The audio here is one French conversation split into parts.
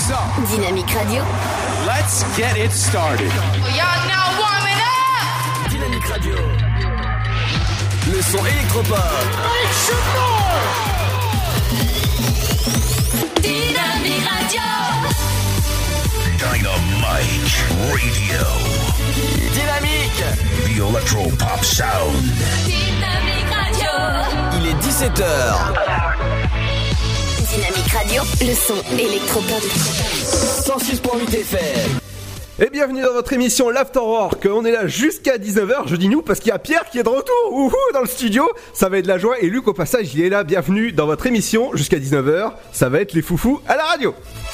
So, Dynamique Radio. let's get it started. Y'all now warming up. Dynamique Radio. Le son électropop. Dynamique Radio. Dynamite Radio. Dynamique. The Electropop Sound. Dynamique Radio. Il est 17h. Dynamique Radio. Le son électropop. 106.8 FM. Et bienvenue dans votre émission l'Afterwork. On est là jusqu'à 19h, je dis nous parce qu'il y a Pierre qui est de retour dans le studio. Ça va être de la joie et Luc au passage il est là. Bienvenue dans votre émission jusqu'à 19h. Ça va être les foufous à la radio.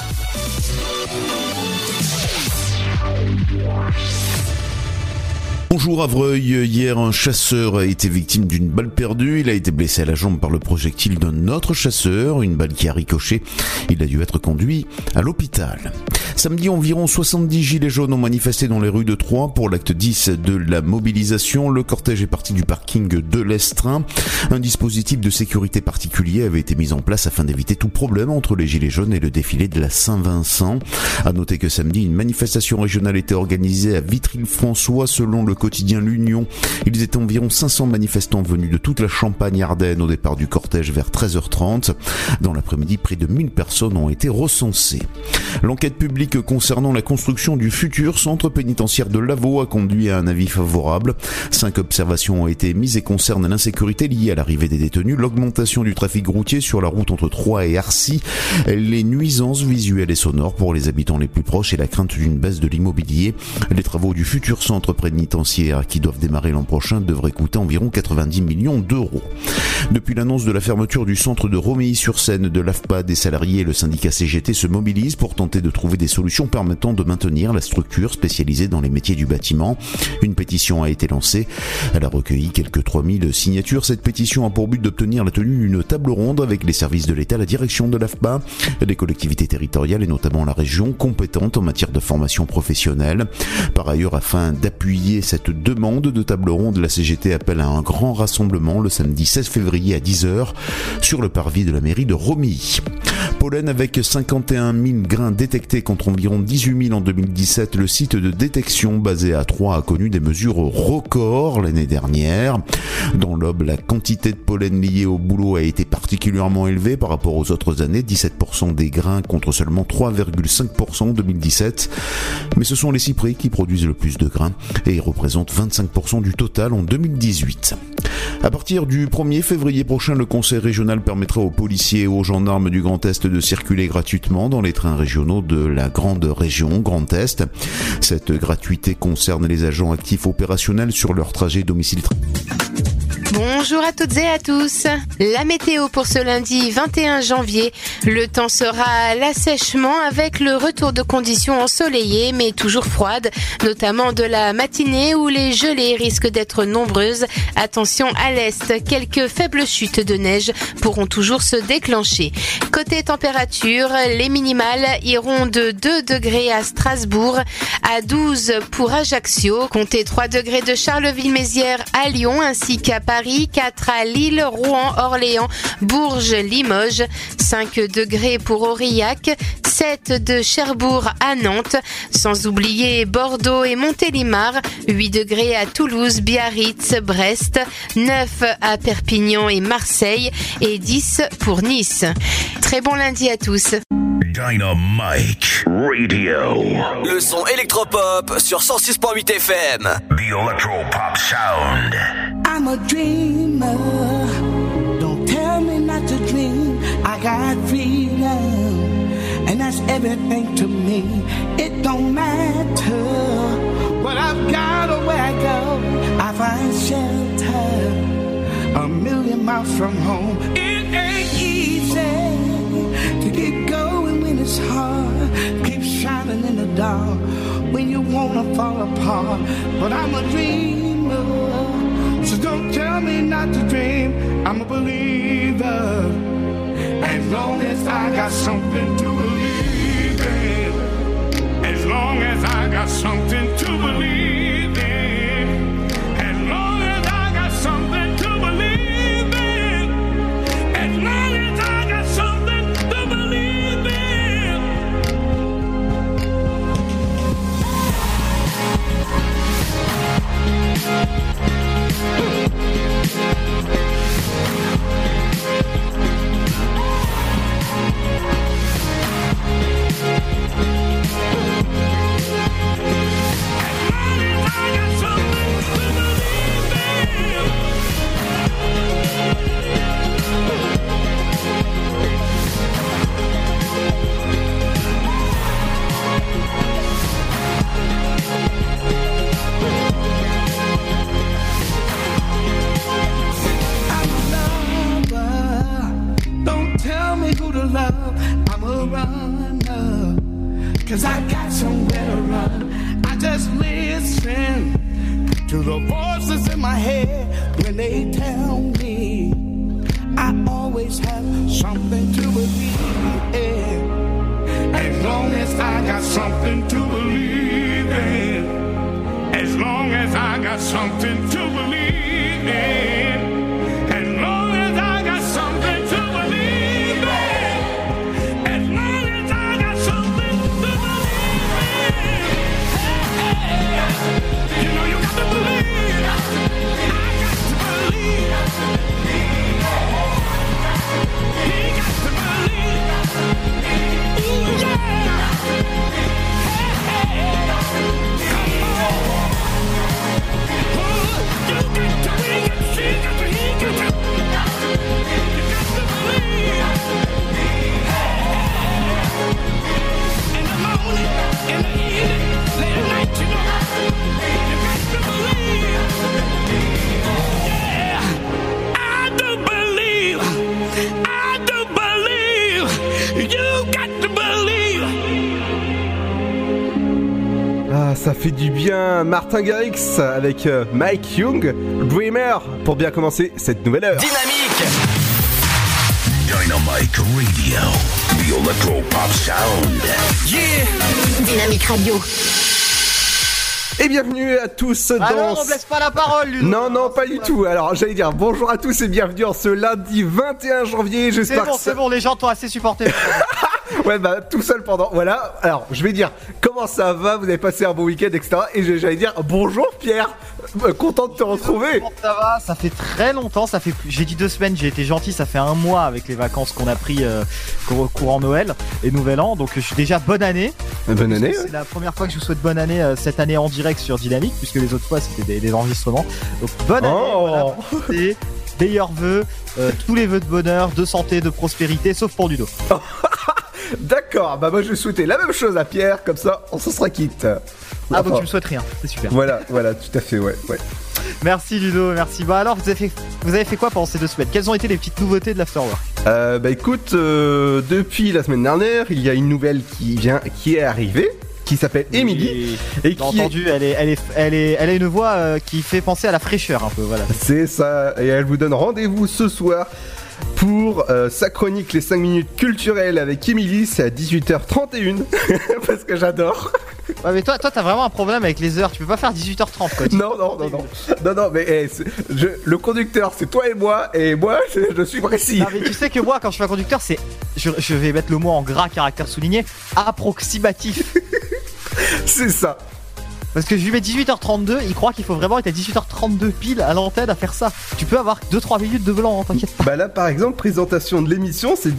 Bonjour Avreuil, hier un chasseur a été victime d'une balle perdue, il a été blessé à la jambe par le projectile d'un autre chasseur, une balle qui a ricoché, il a dû être conduit à l'hôpital. Samedi, environ 70 gilets jaunes ont manifesté dans les rues de Troyes pour l'acte 10 de la mobilisation. Le cortège est parti du parking de l'Estrin. Un dispositif de sécurité particulier avait été mis en place afin d'éviter tout problème entre les gilets jaunes et le défilé de la Saint-Vincent. À noter que samedi, une manifestation régionale était organisée à Vitry-le-François selon le quotidien L'Union. Ils étaient environ 500 manifestants venus de toute la Champagne-Ardenne au départ du cortège vers 13h30. Dans l'après-midi, près de 1000 personnes ont été recensées. L'enquête publique concernant la construction du futur centre pénitentiaire de Lavaux a conduit à un avis favorable. 5 observations ont été émises et concernent l'insécurité liée à l'arrivée des détenus, l'augmentation du trafic routier sur la route entre Troyes et Arcy, les nuisances visuelles et sonores pour les habitants les plus proches et la crainte d'une baisse de l'immobilier. Les travaux du futur centre pénitentiaire qui doivent démarrer l'an prochain devraient coûter environ 90 millions d'euros. Depuis l'annonce de la fermeture du centre de Romilly-sur-Seine de l'AFPA, des salariés et le syndicat CGT se mobilisent pour tenter de trouver des solutions permettant de maintenir la structure spécialisée dans les métiers du bâtiment. Une pétition a été lancée. Elle a recueilli quelques 3000 signatures. Cette pétition a pour but d'obtenir la tenue d'une table ronde avec les services de l'État, la direction de l'AFPA, les collectivités territoriales et notamment la région compétente en matière de formation professionnelle. Par ailleurs, afin d'appuyer cette demande de table ronde, la CGT appelle à un grand rassemblement le samedi 16 février à 10h sur le parvis de la mairie de Romilly. Pollen avec 51 000 grains détectés contre environ 18 000 en 2017, le site de détection basé à Troyes a connu des mesures records l'année dernière. Dans l'Aube, la quantité de pollen liée au bouleau a été particulièrement élevée par rapport aux autres années, 17% des grains contre seulement 3,5% en 2017. Mais ce sont les cyprès qui produisent le plus de grains et ils représentent 25% du total en 2018. À partir du 1er février prochain, le conseil régional permettra aux policiers et aux gendarmes du Grand Est de circuler gratuitement dans les trains régionaux de la grande région Grand Est. Cette gratuité concerne les agents actifs opérationnels sur leur trajet domicile. Bonjour à toutes et à tous. La météo pour ce lundi 21 janvier. Le temps sera à l'assèchement avec le retour de conditions ensoleillées mais toujours froides, notamment de la matinée où les gelées risquent d'être nombreuses. Attention à l'est, quelques faibles chutes de neige pourront toujours se déclencher. Côté température, les minimales iront de 2 degrés à Strasbourg, à 12 pour Ajaccio, comptez 3 degrés de Charleville-Mézières à Lyon ainsi qu'à Paris, 4 à Lille, Rouen, Orléans, Bourges, Limoges, 5 degrés pour Aurillac, 7 de Cherbourg à Nantes, sans oublier Bordeaux et Montélimar, 8 degrés à Toulouse, Biarritz, Brest, 9 à Perpignan et Marseille et 10 pour Nice. Très bon lundi à tous. Dynamite Radio. Le son électropop sur 106.8 FM. The Electropop Sound. I'm a dreamer. Don't tell me not to dream. I got freedom, and that's everything to me. It don't matter what I've got or where I go. I find shelter a million miles from home. It ain't easy to get going when it's hard. Keep shining in the dark when you wanna fall apart. But I'm a dreamer, so don't tell me not to dream. I'm a believer, as long as I got something to believe in. As long as I got something to believe in. As long as I got something to believe in. As long as I got something to believe in. 'cause I got somewhere to run. I just listen to the voices in my head when they tell me I always have something to believe in. As long as I got something to believe in. As long as I got something to believe in. As long as I got something to believe in. As long as I got something to believe in. Hey, you know you got to believe. I got to believe. He got to believe. Ooh, yeah. Ah, ça fait du bien. Martin Garrix avec Mike Young, Dreamer, pour bien commencer cette nouvelle heure. Dynamique. Dynamic Radio. The Electro Pop Sound. Yeah. Dynamique Radio. Et bienvenue à tous dans... Alors, on ne laisse pas la parole, Ludo. Non, pas du tout. Alors, j'allais dire bonjour à tous et bienvenue en ce lundi 21 janvier. J'espère que c'est bon, les gens t'ont assez supporté. Ouais, bah, tout seul pendant... Voilà. Alors, je vais dire comment ça va, vous avez passé un bon week-end, etc. Et j'allais dire bonjour, Pierre. Content de te retrouver. Comment ça va? Ça fait très longtemps, j'ai dit 2 semaines, j'ai été gentil, ça fait 1 mois avec les vacances qu'on a pris courant Noël et Nouvel An. Donc, je suis déjà bonne année. Bonne année. C'est la première fois que je vous souhaite bonne année cette année en direct sur Dynamique, puisque les autres fois c'était des enregistrements. Donc, bonne année, voilà, santé, meilleurs vœux, tous les vœux de bonheur, de santé, de prospérité, sauf pour Ludo. D'accord, bah moi je vais souhaiter la même chose à Pierre, comme ça on s'en sera quitte. Ah donc tu me souhaites rien, c'est super. Voilà, tout à fait, ouais. Merci Ludo, merci. Bah alors vous avez fait quoi pendant ces 2 semaines? Quelles ont été les petites nouveautés de l'Afterwork? Bah écoute, depuis la semaine dernière, il y a une nouvelle qui est arrivée, qui s'appelle Emily. Et qui entendu, elle a une voix qui fait penser à la fraîcheur un peu, voilà. C'est ça, et elle vous donne rendez-vous ce soir pour sa chronique Les 5 minutes culturelles avec Emily. C'est à 18h31 parce que j'adore. Ouais, mais toi t'as vraiment un problème avec les heures, tu peux pas faire 18h30 quoi. Non, mais le conducteur c'est toi et moi je suis précis. Non mais tu sais que moi quand je suis un conducteur c'est, je vais mettre le mot en gras caractère souligné, approximatif. C'est ça. Parce que je lui mets 18h32, il croit qu'il faut vraiment être à 18h32 pile à l'antenne à faire ça. Tu peux avoir 2-3 minutes de blanc, t'inquiète pas. Bah là par exemple, présentation de l'émission, c'est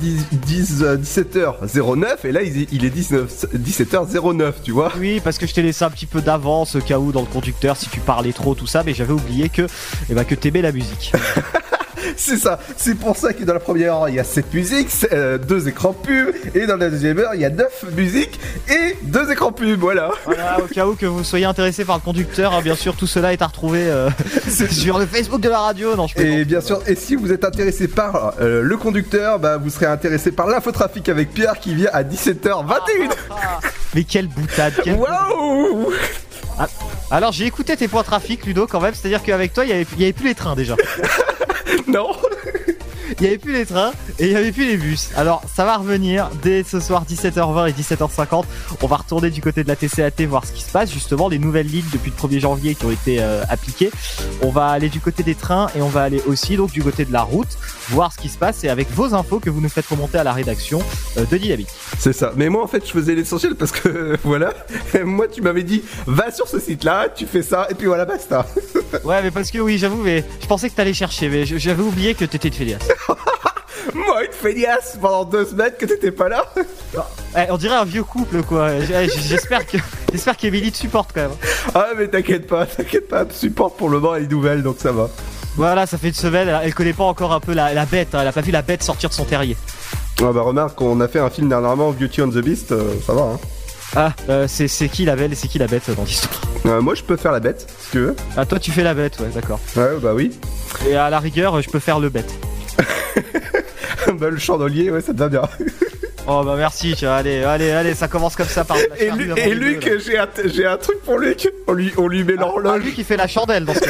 17h09 et là il est 17h09, tu vois. Oui, parce que je t'ai laissé un petit peu d'avance au cas où dans le conducteur si tu parlais trop tout ça, mais j'avais oublié que t'aimais la musique. C'est ça, c'est pour ça que dans la première heure il y a 7 musiques, 2 écrans pubs, et dans la deuxième heure il y a 9 musiques et 2 écrans pubs, voilà. Voilà, au cas où que vous soyez intéressé par le conducteur, bien sûr tout cela est à retrouver sur le Facebook de la radio. Non, et bien sûr, et si vous êtes intéressé par le conducteur, bah vous serez intéressé par l'infotrafic avec Pierre qui vient à 17h21. Mais quelle boutade, waouh. Alors j'ai écouté tes points trafic Ludo quand même, c'est-à-dire qu'avec toi il y avait plus les trains déjà. Non. Il n'y avait plus les trains et il n'y avait plus les bus. Alors ça va revenir dès ce soir 17h20 et 17h50. On va retourner du côté de la TCAT voir ce qui se passe. Justement les nouvelles lignes depuis le 1er janvier qui ont été appliquées. On va aller du côté des trains et on va aller aussi donc du côté de la route voir ce qui se passe et avec vos infos que vous nous faites remonter à la rédaction de Dynamique. C'est ça. Mais moi en fait je faisais l'essentiel parce que voilà. Moi tu m'avais dit va sur ce site là, tu fais ça et puis voilà basta. Ouais mais parce que oui j'avoue mais je pensais que t'allais chercher mais j'avais oublié que t'étais de Félias. Moi une feignasse pendant 2 semaines que t'étais pas là. On dirait un vieux couple quoi. J'espère qu'Emily te supporte quand même. Ah mais t'inquiète pas, elle te supporte pour le moment, elle est nouvelle donc ça va. Voilà, ça fait une semaine, elle connaît pas encore un peu la bête, hein, elle a pas vu la bête sortir de son terrier. Ah bah remarque, on a fait un film dernièrement, Beauty and the Beast, ça va hein. Ah, c'est qui la belle et c'est qui la bête dans l'histoire? Moi je peux faire la bête, si tu veux. Ah toi tu fais la bête, ouais d'accord. Ouais bah oui. Et à la rigueur je peux faire le bête. Bah le chandelier, ouais ça te va bien. Oh bah merci, tiens, allez, ça commence comme ça par la Et, charrue avant et les Luc, deux, là. j'ai un truc pour Luc. On lui met l'horloge. Luc qui fait la chandelle dans ce cas.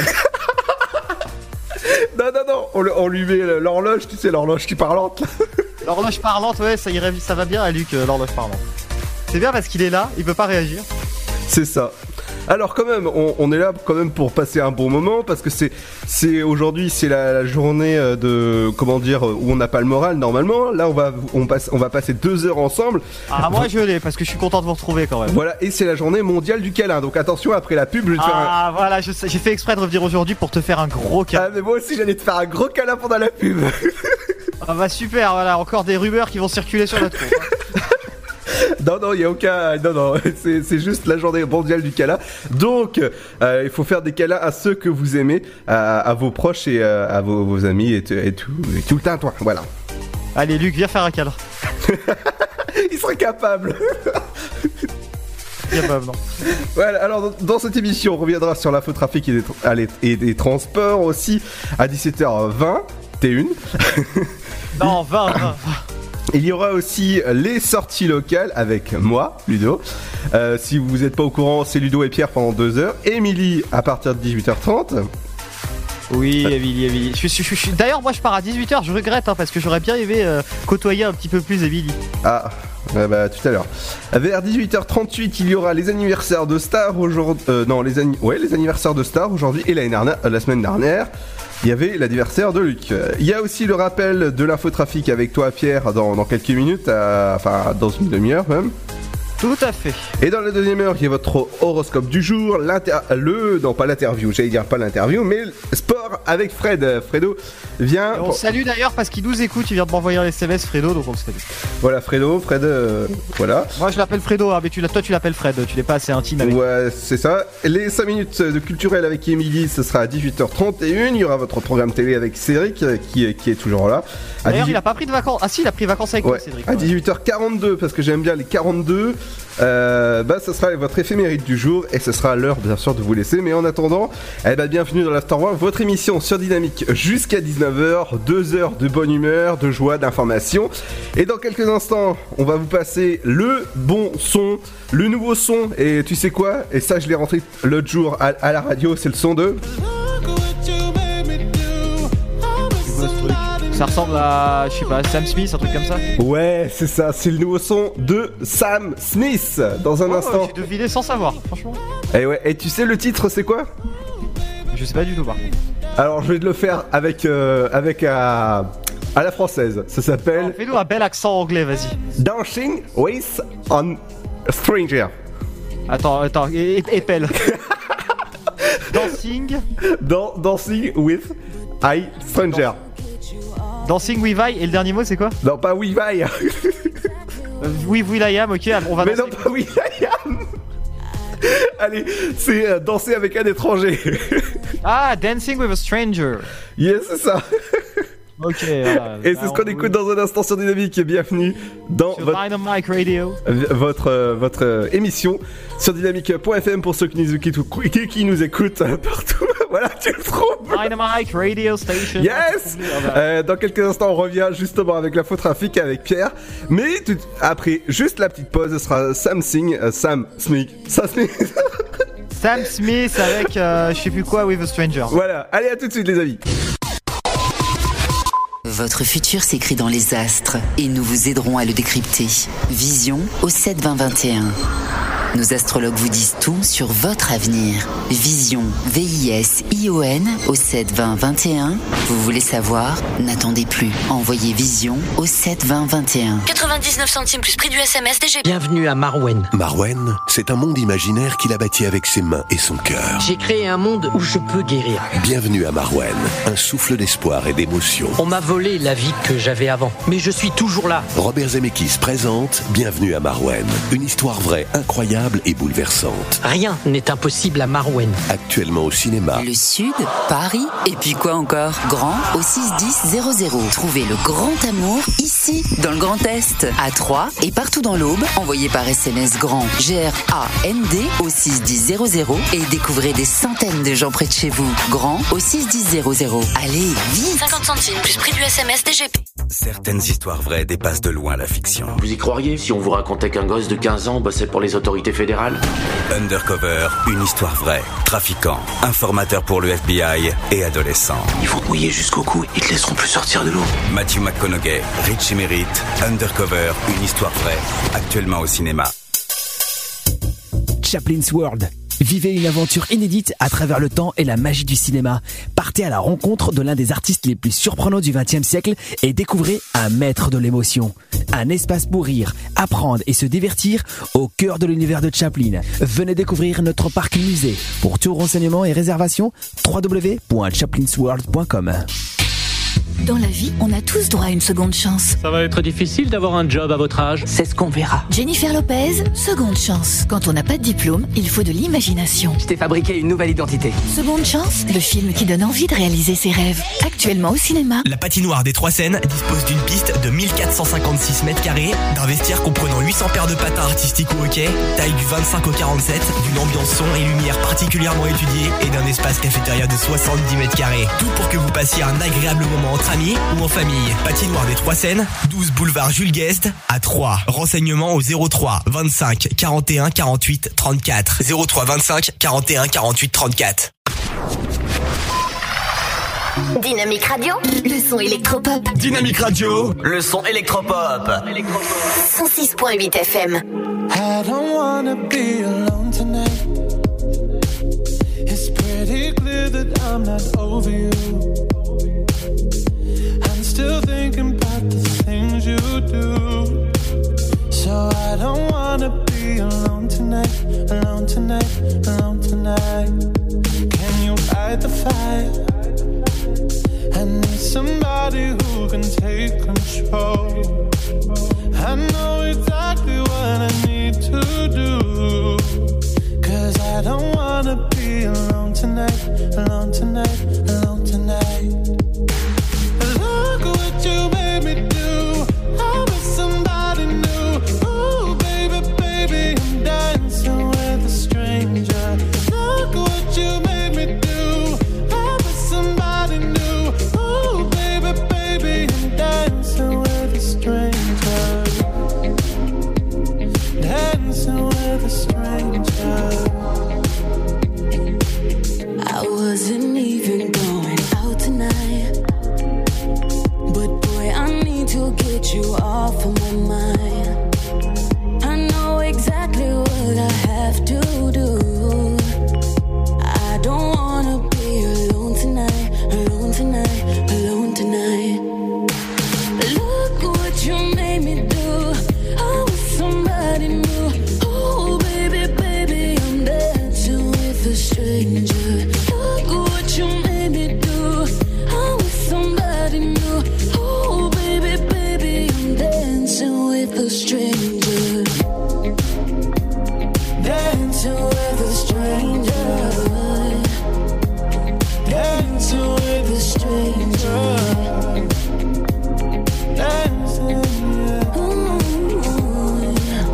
Non, on lui met l'horloge, tu sais, l'horloge qui parlante. Là. L'horloge parlante, ouais, ça va bien à Luc, l'horloge parlante. C'est bien parce qu'il est là, il peut pas réagir. C'est ça. Alors quand même, on est là quand même pour passer un bon moment parce que c'est aujourd'hui c'est la journée de comment dire où on n'a pas le moral normalement. Là on va passer 2 heures ensemble. Ah moi je l'ai parce que je suis content de vous retrouver quand même. Voilà, et c'est la journée mondiale du câlin. Donc attention, après la pub, je vais te faire Ah voilà, j'ai fait exprès de revenir aujourd'hui pour te faire un gros câlin. Ah mais moi aussi j'allais te faire un gros câlin pendant la pub. Ah bah super, voilà, encore des rumeurs qui vont circuler sur notre compte. Non, il y a aucun. Non, c'est juste la journée mondiale du câlin. Donc, il faut faire des câlins à ceux que vous aimez, à vos proches et à vos amis et tout le tintouin. Voilà. Allez, Luc, viens faire un câlin. Il serait capable. Capable, non. Voilà, alors dans cette émission, on reviendra sur l'infotrafic et des transports aussi à 17h20. T1. Non, 20. Il y aura aussi les sorties locales avec moi, Ludo. Si vous n'êtes pas au courant, c'est Ludo et Pierre pendant 2 heures. Émilie à partir de 18h30. Oui, Émilie. D'ailleurs, moi je pars à 18h, je regrette parce que j'aurais bien aimé côtoyer un petit peu plus Émilie. Ah, bah tout à l'heure. Vers 18h38, il y aura les anniversaires de Star aujourd'hui. Les anniversaires de Star aujourd'hui et la semaine dernière. Il y avait l'anniversaire de Luc. Il y a aussi le rappel de l'infotrafic avec toi, Pierre, dans quelques minutes, dans une demi-heure même. Tout à fait. Et dans la deuxième heure, il y a votre horoscope du jour, pas l'interview, j'allais dire pas l'interview, mais le sport avec Fred. Fredo vient. Et on salue d'ailleurs parce qu'il nous écoute, il vient de m'envoyer un SMS, Fredo, donc on le salue. Voilà, Fred, voilà. Moi je l'appelle Fredo, mais toi tu l'appelles Fred, tu n'es pas assez intime avec. Ouais, c'est ça. Les 5 minutes de culturel avec Émilie, ce sera à 18h31. Il y aura votre programme télé avec Cédric qui est toujours là. D'ailleurs, il a pas pris de vacances. Ah si, il a pris vacances avec moi, Cédric. À 18h42, parce que j'aime bien les 42. Ce sera votre éphéméride du jour et ce sera l'heure bien sûr de vous laisser, mais en attendant bienvenue dans l'After Work, votre émission sur Dynamique jusqu'à 19h, 2 heures de bonne humeur, de joie, d'information, et dans quelques instants on va vous passer le bon son, le nouveau son, et tu sais quoi, et ça je l'ai rentré l'autre jour à la radio, c'est le son de... Ça ressemble à, je sais pas, Sam Smith, un truc comme ça. Ouais, c'est ça, c'est le nouveau son de Sam Smith. Dans un instant. J'ai deviné sans savoir, franchement. Et ouais, et tu sais le titre c'est quoi? Je sais pas du tout par contre. Alors je vais te le faire avec à la française. Ça s'appelle. Fais-nous un bel accent anglais, vas-y. Dancing with a Stranger. Attends, épelle. Dancing with a Stranger. Dancing with I, et le dernier mot c'est quoi? Non, pas with I. With Will I Am, ok, on va. Mais non, pas with I Am. Allez, c'est danser avec un étranger. Ah, Dancing with a Stranger. Yes, c'est ça. Ok, voilà. Et c'est ce qu'on écoute dans un instant sur Dynamique. Bienvenue dans Dynamic Radio. Votre émission sur dynamique.fm pour ceux qui nous écoutent partout. Voilà, tu le trouves. Dynamic Radio Station. Yes. Dans quelques instants, on revient justement avec l'infotrafic avec Pierre. Mais après, juste la petite pause, ce sera Sam Smith avec je sais plus quoi, With a Stranger. Voilà, allez, à tout de suite les amis. Votre futur s'écrit dans les astres et nous vous aiderons à le décrypter. Vision au 7-20-21. Nos astrologues vous disent tout sur votre avenir. Vision, V-I-S-I-O-N au 7-20-21. Vous voulez savoir? N'attendez plus. Envoyez Vision au 7-20-21. 99 centimes plus prix du SMS DG. Bienvenue à Marwen. Marwen, c'est un monde imaginaire qu'il a bâti avec ses mains et son cœur. J'ai créé un monde où je peux guérir. Bienvenue à Marwen, un souffle d'espoir et d'émotion. On m'a volé la vie que j'avais avant, mais je suis toujours là. Robert Zemeckis présente Bienvenue à Marwen, une histoire vraie, incroyable et bouleversante. Rien n'est impossible à Marwen. Actuellement au cinéma. Le Sud, Paris, et puis quoi encore? Grand au 61000. Trouvez le grand amour ici, dans le Grand Est, à Troyes et partout dans l'Aube. Envoyez par SMS grand GRAND au 61000 et découvrez des centaines de gens près de chez vous. Grand au 61000. Allez, vite! 50 centimes plus prix du SMS DGP. Certaines histoires vraies dépassent de loin la fiction. Vous y croiriez si on vous racontait qu'un gosse de 15 ans bossait pour les autorités fédérales ? Undercover, une histoire vraie. Trafiquants, informateurs pour le FBI et adolescents. Ils vont te mouiller jusqu'au cou, ils te laisseront plus sortir de l'eau. Matthew McConaughey, Richie Merritt, Undercover, une histoire vraie. Actuellement au cinéma. Chaplin's World. Vivez une aventure inédite à travers le temps et la magie du cinéma. Partez à la rencontre de l'un des artistes les plus surprenants du XXe siècle et découvrez un maître de l'émotion. Un espace pour rire, apprendre et se divertir au cœur de l'univers de Chaplin. Venez découvrir notre parc musée. Pour tout renseignement et réservation, www.chaplinsworld.com. Dans la vie, on a tous droit à une seconde chance. Ça va être difficile d'avoir un job à votre âge. C'est ce qu'on verra. Jennifer Lopez, seconde chance. Quand on n'a pas de diplôme, il faut de l'imagination. Je t'ai fabriqué une nouvelle identité. Seconde chance, le film qui donne envie de réaliser ses rêves. Actuellement au cinéma. La patinoire des Trois Seines dispose d'une piste de 1456 mètres carrés, d'un vestiaire comprenant 800 paires de patins artistiques au hockey, taille du 25 au 47, d'une ambiance son et lumière particulièrement étudiée et d'un espace cafétéria de 70 mètres carrés. Tout pour que vous passiez un agréable moment entre amis ou en famille. Patinoire des Trois Seines, 12 boulevard Jules Guest à Troyes. Renseignements au 03 25 41 48 34. 03 25 41 48 34. Dynamique Radio, le son électropop. Dynamique Radio, le son électropop. 106.8 FM. I don't wanna be alone tonight. It's pretty clear that I'm not over you. I'm still thinking about the things you do. So I don't wanna be alone tonight, alone tonight, alone tonight. Can you light the fire? I need somebody who can take control. I know exactly what I need to do. 'Cause I don't wanna be alone tonight, alone tonight, alone tonight. Look what you made me do. I'm with somebody new. Ooh, baby, baby, I'm dancing with a stranger. Look what you made me do. I'm with somebody new. Ooh, baby, baby, I'm dancing with a stranger. Dancing with a stranger. I wasn't even going out tonight, but boy, I need to get you off of my mind. I know exactly what I have to do. I don't wanna be alone tonight, alone tonight, alone tonight. Look what you made me do. I was somebody new. Oh, baby, baby, I'm dancing with a stranger. Look what you made me do. I was somebody new. Oh, baby, baby, I'm dancing with a stranger. Dancing with a stranger. Dancing with a stranger. Dancing, yeah. Ooh, yeah.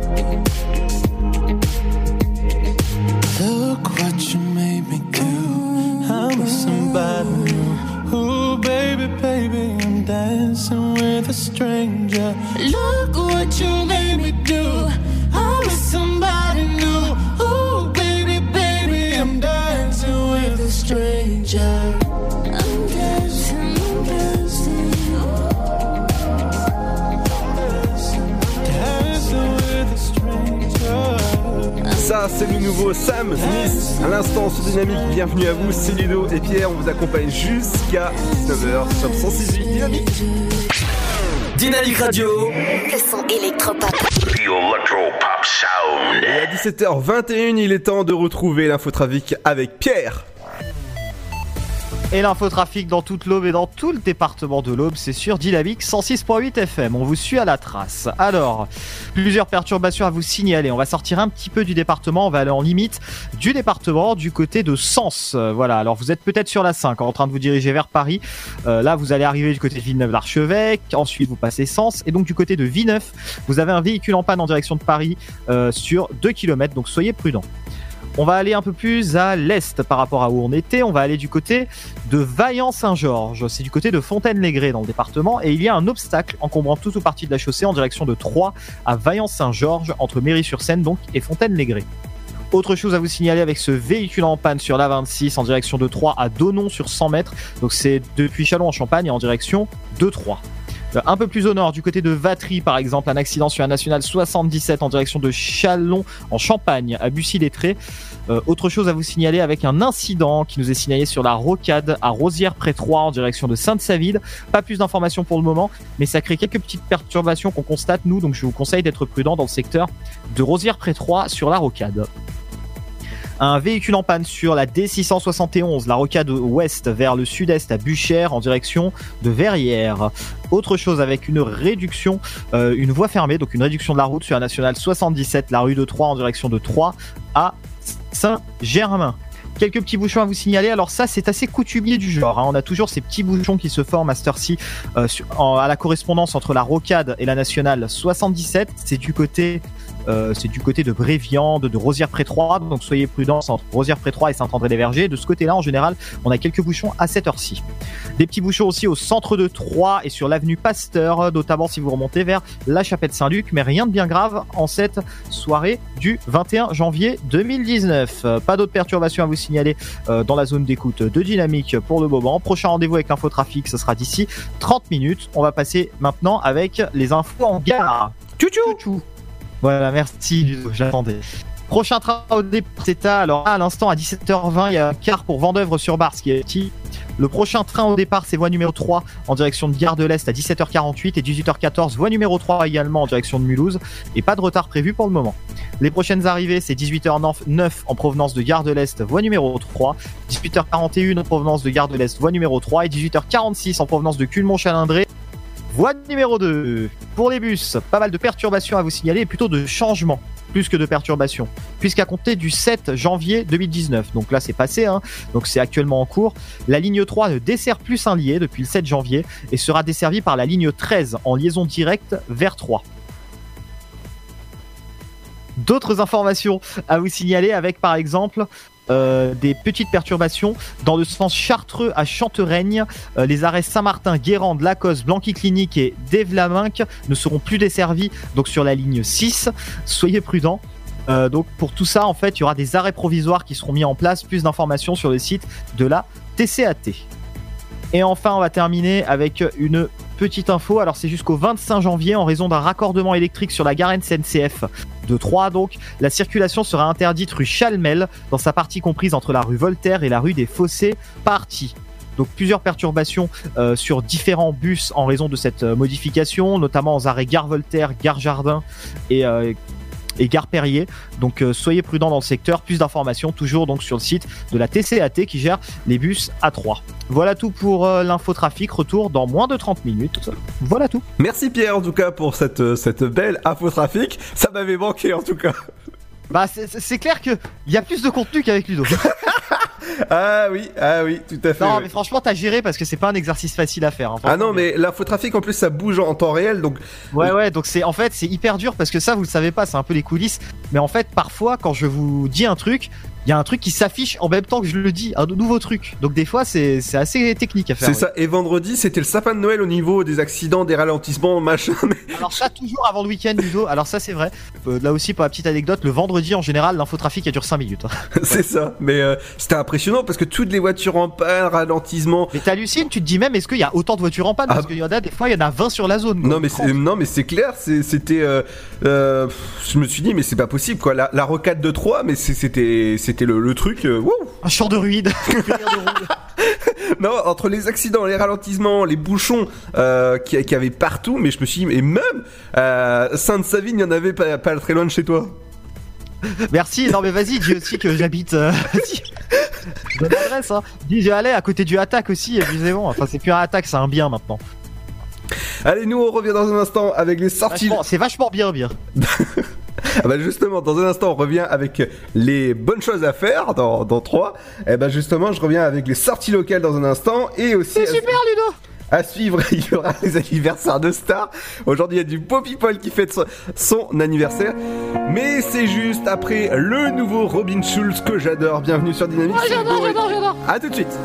Look what you made me do. I'm with somebody new. Ooh, baby, baby, I'm dancing with a stranger. Look what you made me do. I'm with somebody new. Ooh, baby, baby, I'm dancing with a stranger. I'm dancing, I'm dancing. Dancing with a stranger. Ça, c'est le nouveau Sam Smith. À l'instant, sur Dynamique, bienvenue à vous. C'est Ludo et Pierre. On vous accompagne jusqu'à 19h sur 106.8 Dynamique. Dynamique Radio, le son électropop. The Electropop Sound. Et à 17h21, il est temps de retrouver l'infotrafic avec Pierre. Et l'infotrafic dans toute l'Aube et dans tout le département de l'Aube, c'est sur Dynamique 106.8 FM. On vous suit à la trace. Alors, plusieurs perturbations à vous signaler. On va sortir un petit peu du département. On va aller en limite du département du côté de Sens. Voilà. Alors, vous êtes peut-être sur la 5 en train de vous diriger vers Paris. Là, vous allez arriver du côté de Villeneuve-l'Archevêque. Ensuite, vous passez Sens. Et donc, du côté de Villeneuve, vous avez un véhicule en panne en direction de Paris sur 2 km. Donc, soyez prudents. On va aller un peu plus à l'est par rapport à où on était. On va aller du côté de Vaillant-Saint-Georges. C'est du côté de Fontaine-les-Grès dans le département. Et il y a un obstacle encombrant toute ou partie de la chaussée en direction de Troyes à Vaillant-Saint-Georges, entre Méry-sur-Seine donc et Fontaine-les-Grès. Autre chose à vous signaler avec ce véhicule en panne sur l'A26 en direction de Troyes à Donon sur 100 mètres. Donc c'est depuis Châlons-en-Champagne en direction de Troyes. Un peu plus au nord, du côté de Vatry par exemple, un accident sur la nationale 77 en direction de Châlons en Champagne à Bussy-les-Trés. Autre chose à vous signaler avec un incident qui nous est signalé sur la rocade à Rosières-près-Troyes en direction de Sainte-Savide. Pas plus d'informations pour le moment, mais ça crée quelques petites perturbations qu'on constate nous, donc je vous conseille d'être prudent dans le secteur de Rosières-près-Troyes sur la rocade. Un véhicule en panne sur la D671, la rocade ouest vers le sud-est à Buchères en direction de Verrières. Autre chose avec une réduction, une voie fermée, donc une réduction de la route sur la nationale 77, la rue de Troyes en direction de Troyes à Saint-Germain. Quelques petits bouchons à vous signaler. Alors ça, c'est assez coutumier du genre. On a toujours ces petits bouchons qui se forment à cette heure-ci à la correspondance entre la rocade et la nationale 77. C'est du côté de Bréviande, de Rosières-près-Troyes. Donc soyez prudents entre Rosières-près-Troyes et Saint-André-les-Vergers. De ce côté-là, en général, on a quelques bouchons à cette heure-ci. Des petits bouchons aussi au centre de Troyes et sur l'avenue Pasteur, notamment si vous remontez vers la chapelle Saint-Luc. Mais rien de bien grave en cette soirée du 21 janvier 2019. Pas d'autres perturbations à vous signaler dans la zone d'écoute de Dynamique pour le moment. Prochain rendez-vous avec l'infotrafic, ce sera d'ici 30 minutes. On va passer maintenant avec les infos en gare. Tchou-tchou. Voilà, merci Ludo, j'attendais. Prochain train au départ, c'est à l'instant à 17h20, il y a un quart pour Vendeuvre-sur-Barre, ce qui est petit. Le prochain train au départ, c'est voie numéro 3 en direction de Gare de l'Est à 17h48 et 18h14, voie numéro 3 également en direction de Mulhouse. Et pas de retard prévu pour le moment. Les prochaines arrivées, c'est 18h09 en provenance de Gare de l'Est, voie numéro 3, 18h41 en provenance de Gare de l'Est, voie numéro 3 et 18h46 en provenance de Culmont-Chalindré, voie numéro 2. Pour les bus, pas mal de perturbations à vous signaler et plutôt de changements plus que de perturbations, puisqu'à compter du 7 janvier 2019, donc là c'est passé, donc c'est actuellement en cours, la ligne 3 ne dessert plus Saint-Lié depuis le 7 janvier et sera desservie par la ligne 13 en liaison directe vers Troyes. D'autres informations à vous signaler avec par exemple des petites perturbations dans le sens Chartreux à Chantereigne. Les arrêts Saint-Martin, Guérande, Lacoste, Blanqui Clinique et Dèvres-la-Minque ne seront plus desservis donc sur la ligne 6. Soyez prudents. Donc pour tout ça, en fait, il y aura des arrêts provisoires qui seront mis en place. Plus d'informations sur le site de la TCAT. Et enfin, on va terminer avec une petite info. Alors c'est jusqu'au 25 janvier en raison d'un raccordement électrique sur la gare SNCF de Troyes. Donc la circulation sera interdite rue Chalmel dans sa partie comprise entre la rue Voltaire et la rue des Fossés partie. Donc plusieurs perturbations sur différents bus en raison de cette modification, notamment aux arrêts gare Voltaire, gare Jardin et gare Perrier. Donc soyez prudents dans le secteur. Plus d'informations toujours donc sur le site de la TCAT qui gère les bus à Troyes. Voilà tout pour l'infotrafic. Retour dans moins de 30 minutes. Voilà tout. Merci Pierre en tout cas pour cette belle infotrafic. Ça m'avait manqué en tout cas. Bah c'est clair que il y a plus de contenu qu'avec Ludo. Ah oui, tout à fait. Non, oui. mais franchement, t'as géré parce que c'est pas un exercice facile à faire. Ah non, mais l'infotrafic en plus ça bouge en temps réel, donc. Ouais, donc c'est hyper dur parce que ça vous le savez pas, c'est un peu les coulisses. Mais en fait, parfois, quand je vous dis un truc, il y a un truc qui s'affiche en même temps que je le dis, un nouveau truc. Donc des fois, c'est assez technique à faire. C'est ça. Et vendredi, c'était le sapin de Noël au niveau des accidents, des ralentissements, machin. Mais... Alors ça, toujours avant le week-end, Ludo. Alors ça, c'est vrai. Là aussi, pour la petite anecdote, le vendredi, en général, l'infotrafic, elle dure 5 minutes. C'est ça. Mais c'était impressionnant parce que toutes les voitures en panne, ralentissement. Mais t'hallucines, tu te dis même, est-ce qu'il y a autant de voitures en panne? Parce qu'il y en a des fois, il y en a 20 sur la zone. Non, mais c'est clair. C'était. Je me suis dit, mais c'est pas possible, quoi. La rocade de Troyes, mais c'était le truc. Un champ de ruines. Non, entre les accidents, les ralentissements, les bouchons qu'il y avait partout, mais je me suis dit, mais même Sainte-Savine, il y en avait pas très loin de chez toi. Merci, non mais vas-y, dis aussi que j'habite. Bonne adresse, hein. Dis, j'allais à côté du Attaque aussi, évidemment. Enfin, c'est plus un Attaque, c'est un bien maintenant. Allez, nous on revient dans un instant avec les sorties. C'est vachement bien. Ah bah justement, dans un instant, on revient avec les bonnes choses à faire dans Troyes. Et bah justement, je reviens avec les sorties locales dans un instant et aussi. C'est super, Ludo. À suivre, il y aura les anniversaires de stars. Aujourd'hui, il y a du Beau People qui fête son anniversaire. Mais c'est juste après le nouveau Robin Schulz que j'adore. Bienvenue sur Dynamique. J'adore. À tout de suite.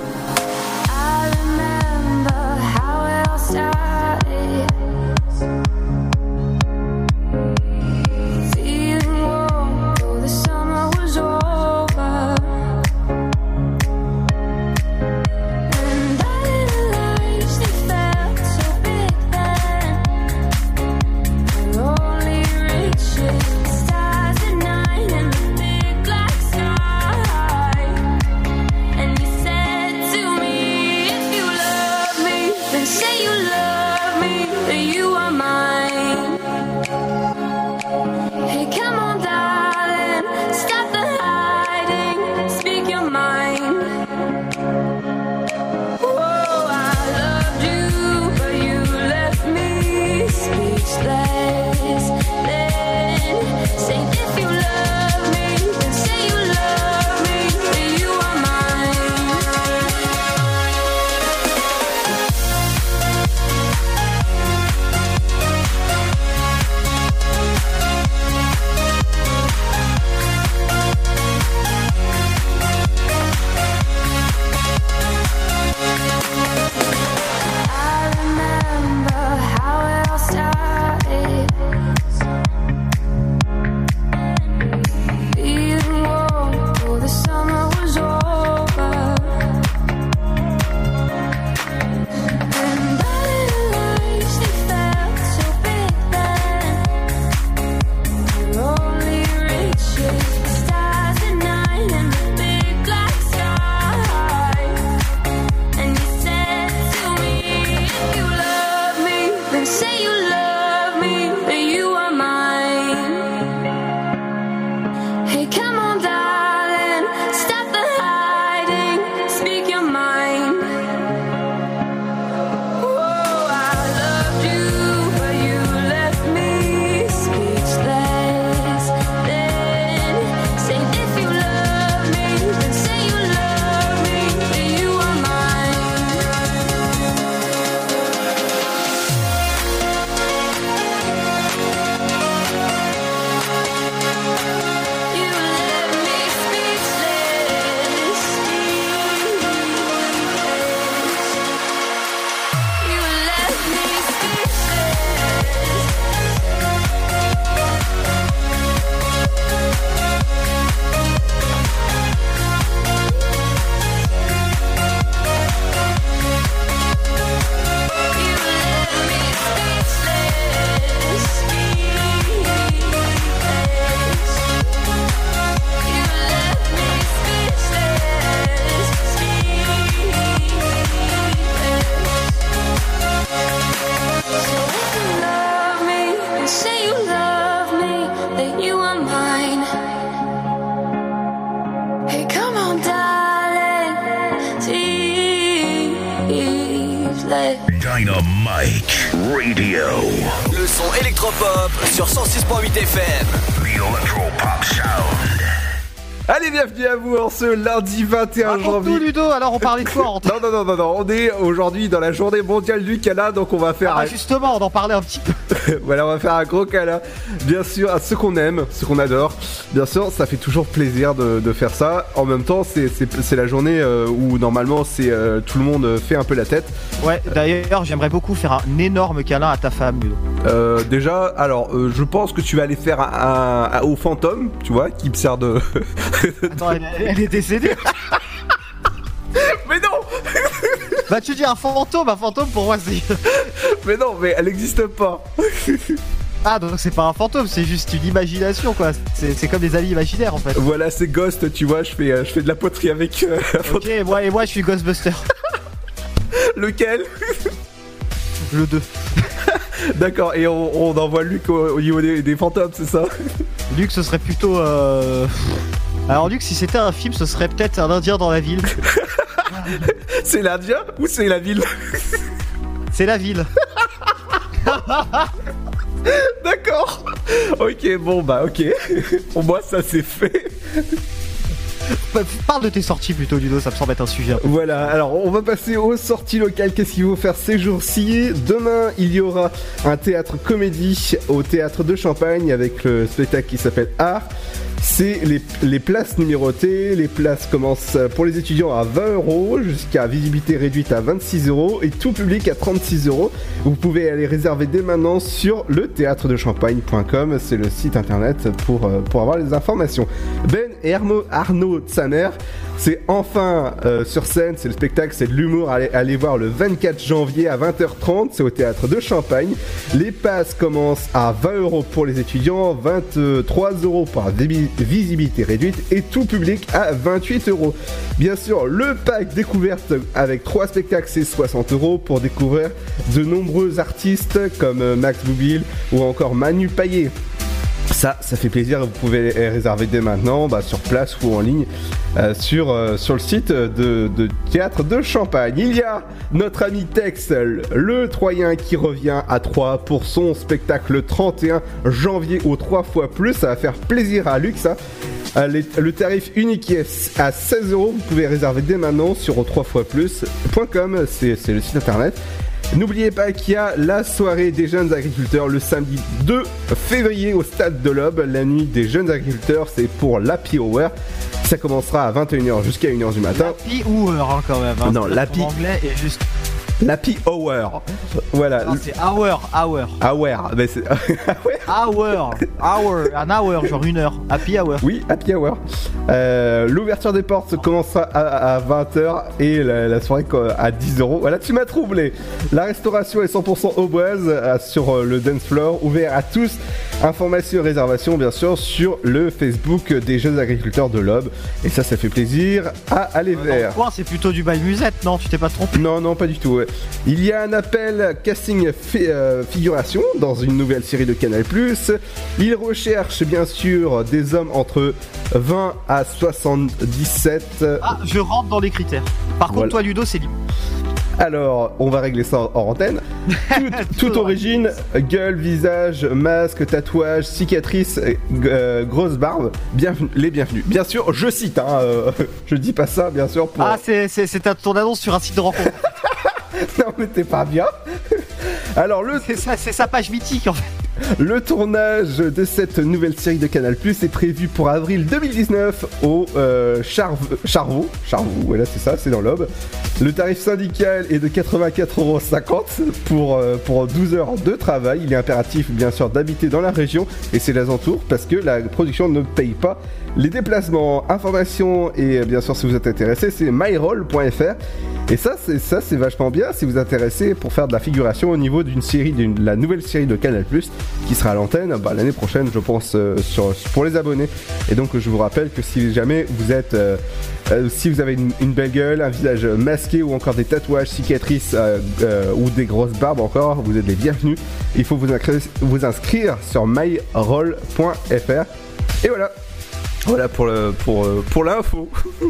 Dynamite Radio. Le son électropop sur 106.8 FM. The Electropop Sound. Allez, bienvenue à vous en ce lundi 21 janvier. Ludo, alors on parlait de quoi Non, on est aujourd'hui dans la journée mondiale du câlin, donc on va faire... justement, on en parlait un petit peu. Voilà, on va faire un gros câlin, bien sûr, à ceux qu'on aime, ceux qu'on adore. Bien sûr, ça fait toujours plaisir de faire ça. En même temps, c'est la journée où normalement tout le monde fait un peu la tête. Ouais, d'ailleurs, j'aimerais beaucoup faire un énorme câlin à ta femme, Ludo. Déjà, alors, je pense que tu vas aller faire au fantôme, tu vois, qui me sert de... Attends, elle est décédée. Mais non. Bah tu dis un fantôme pour moi c'est... Mais non, mais elle n'existe pas. Ah donc c'est pas un fantôme, c'est juste une imagination quoi. C'est comme des amis imaginaires en fait. Voilà, c'est Ghost, tu vois, je fais de la poterie avec... Ok, moi je suis Ghostbuster. Lequel? Le 2. D'accord, et on envoie Luc au niveau des fantômes, c'est ça? Luc ce serait plutôt... Alors Luc, si c'était un film, ce serait peut-être un Indien dans la ville. C'est l'Indien ou c'est la ville? C'est la ville. D'accord. Ok, bon bah ok. Pour moi ça c'est fait. Parle de tes sorties plutôt, Ludo, ça me semble être un sujet. Voilà, alors on va passer aux sorties locales. Qu'est-ce qu'il faut faire ces jours-ci? Demain, il y aura un théâtre comédie au théâtre de Champagne avec le spectacle qui s'appelle Art. C'est les places numérotées. Les places commencent pour les étudiants à 20€ jusqu'à visibilité réduite à 26€ et tout public à 36€. Vous pouvez aller réserver dès maintenant sur le théâtredechampagne.com. C'est le site internet pour avoir les informations. Ben et Arnaud Tsaner, c'est enfin sur scène. C'est le spectacle, c'est de l'humour. Allez voir le 24 janvier à 20h30. C'est au théâtre de Champagne. Les passes commencent à 20€ pour les étudiants, 23€ par visibilité réduite et tout public à 28€. Bien sûr, le pack découverte avec 3 spectacles, c'est 60€ pour découvrir de nombreux artistes comme Max Boublil ou encore Manu Payet. Ça fait plaisir, vous pouvez les réserver dès maintenant, sur place ou en ligne sur le site de Théâtre de Champagne. Il y a notre ami Tex, le Troyen, qui revient à Troyes pour son spectacle le 31 janvier au 3 fois plus. Ça va faire plaisir à Lux. Le tarif unique est à 16€. Vous pouvez réserver dès maintenant sur 3foisplus.com, c'est le site internet. N'oubliez pas qu'il y a la soirée des jeunes agriculteurs le samedi 2 février au stade de l'Aube. La nuit des jeunes agriculteurs, c'est pour l'Happy Hour. Ça commencera à 21h jusqu'à 1h du matin. L'Happy Hour quand même. Non, l'Happy. Mon anglais est juste. L'Happy Hour. Voilà. Non, c'est hour. Mais c'est... hour. Un hour, genre 1 heure. Happy Hour. Oui, Happy Hour. L'ouverture des portes commencera à 20h et la soirée à 10€. Voilà, tu m'as troublé. La restauration est 100% auboise sur le dance floor, ouvert à tous. Informations et réservations, bien sûr, sur le Facebook des jeunes agriculteurs de l'Aube. Et ça fait plaisir à aller vers. Quoi, c'est plutôt du bail musette, non? Tu t'es pas trompé? Non, pas du tout. Ouais. Il y a un appel casting figuration dans une nouvelle série de Canal+. Il recherche bien sûr des hommes entre 20 à 77. Ah, je rentre dans les critères. Par contre, toi, Ludo, c'est libre. Alors, on va régler ça en antenne. Toute origine, gueule, visage, masque, tatouage, cicatrice, grosse barbe, les bienvenus. Bien sûr, je cite, je dis pas ça, bien sûr. Pour... Ah, c'est ton annonce sur un site de rencontre. Non, mais t'es pas bien. Alors, c'est sa page mythique en fait. Le tournage de cette nouvelle série de Canal+ est prévu pour avril 2019 au Charvaux, voilà c'est ça, c'est dans l'Aube. Le tarif syndical est de 84,50€ pour 12 heures de travail. Il est impératif bien sûr d'habiter dans la région et ses alentours parce que la production ne paye pas les déplacements. Informations et bien sûr si vous êtes intéressé, c'est myroll.fr. Et ça c'est vachement bien si vous êtes intéressé pour faire de la figuration au niveau de la nouvelle série de Canal+ qui sera à l'antenne l'année prochaine, je pense, pour les abonnés. Et donc je vous rappelle que si jamais vous êtes si vous avez une belle gueule, un visage masqué ou encore des tatouages, cicatrices ou des grosses barbes encore, vous êtes les bienvenus. Il faut vous inscrire sur myroll.fr. Et voilà pour l'info.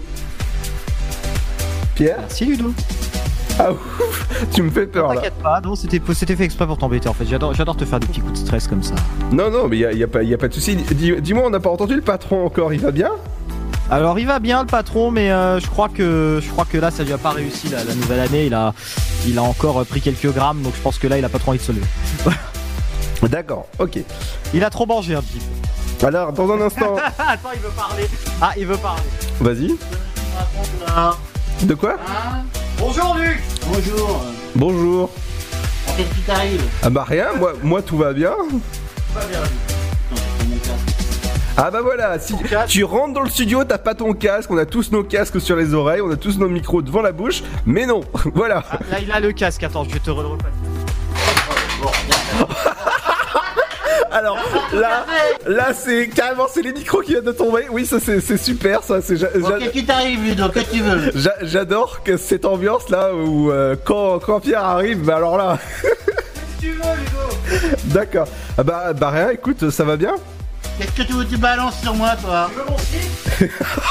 Pierre. Merci Ludo. Ah ouf, tu me fais peur là. T'inquiète pas, non, c'était fait exprès pour t'embêter en fait. J'adore te faire des petits coups de stress comme ça. Non, mais y a pas de souci. Dis-moi, on n'a pas entendu le patron encore. Il va bien? Alors il va bien le patron, mais je crois que là ça lui a pas réussi la nouvelle année. Il a encore pris quelques grammes, donc je pense que là il a pas trop envie de se lever. D'accord, ok. Il a trop mangé un petit peu. Alors dans un instant. Attends, il veut parler. Ah, il veut parler. Vas-y. De quoi? Bonjour Luc. Bonjour. Qu'est-ce qui t'arrive? Ah bah rien, moi tout va bien. Tout va bien. Ah bah voilà, si tu rentres dans le studio, t'as pas ton casque, on a tous nos casques sur les oreilles, on a tous nos micros devant la bouche, mais non, voilà. Ah, là il a le casque, attends, je vais te repasser. Alors là c'est carrément c'est les micros qui viennent de tomber. Oui, ça c'est super ça. Qu'est-ce qui t'arrive Ludo? Que tu veux? J'adore que cette ambiance là où quand Pierre arrive, bah alors là. Qu'est-ce que tu veux Ludo? D'accord. Ah bah rien. Écoute, ça va bien? Qu'est-ce que tu veux? Tu balances sur moi toi? Tu veux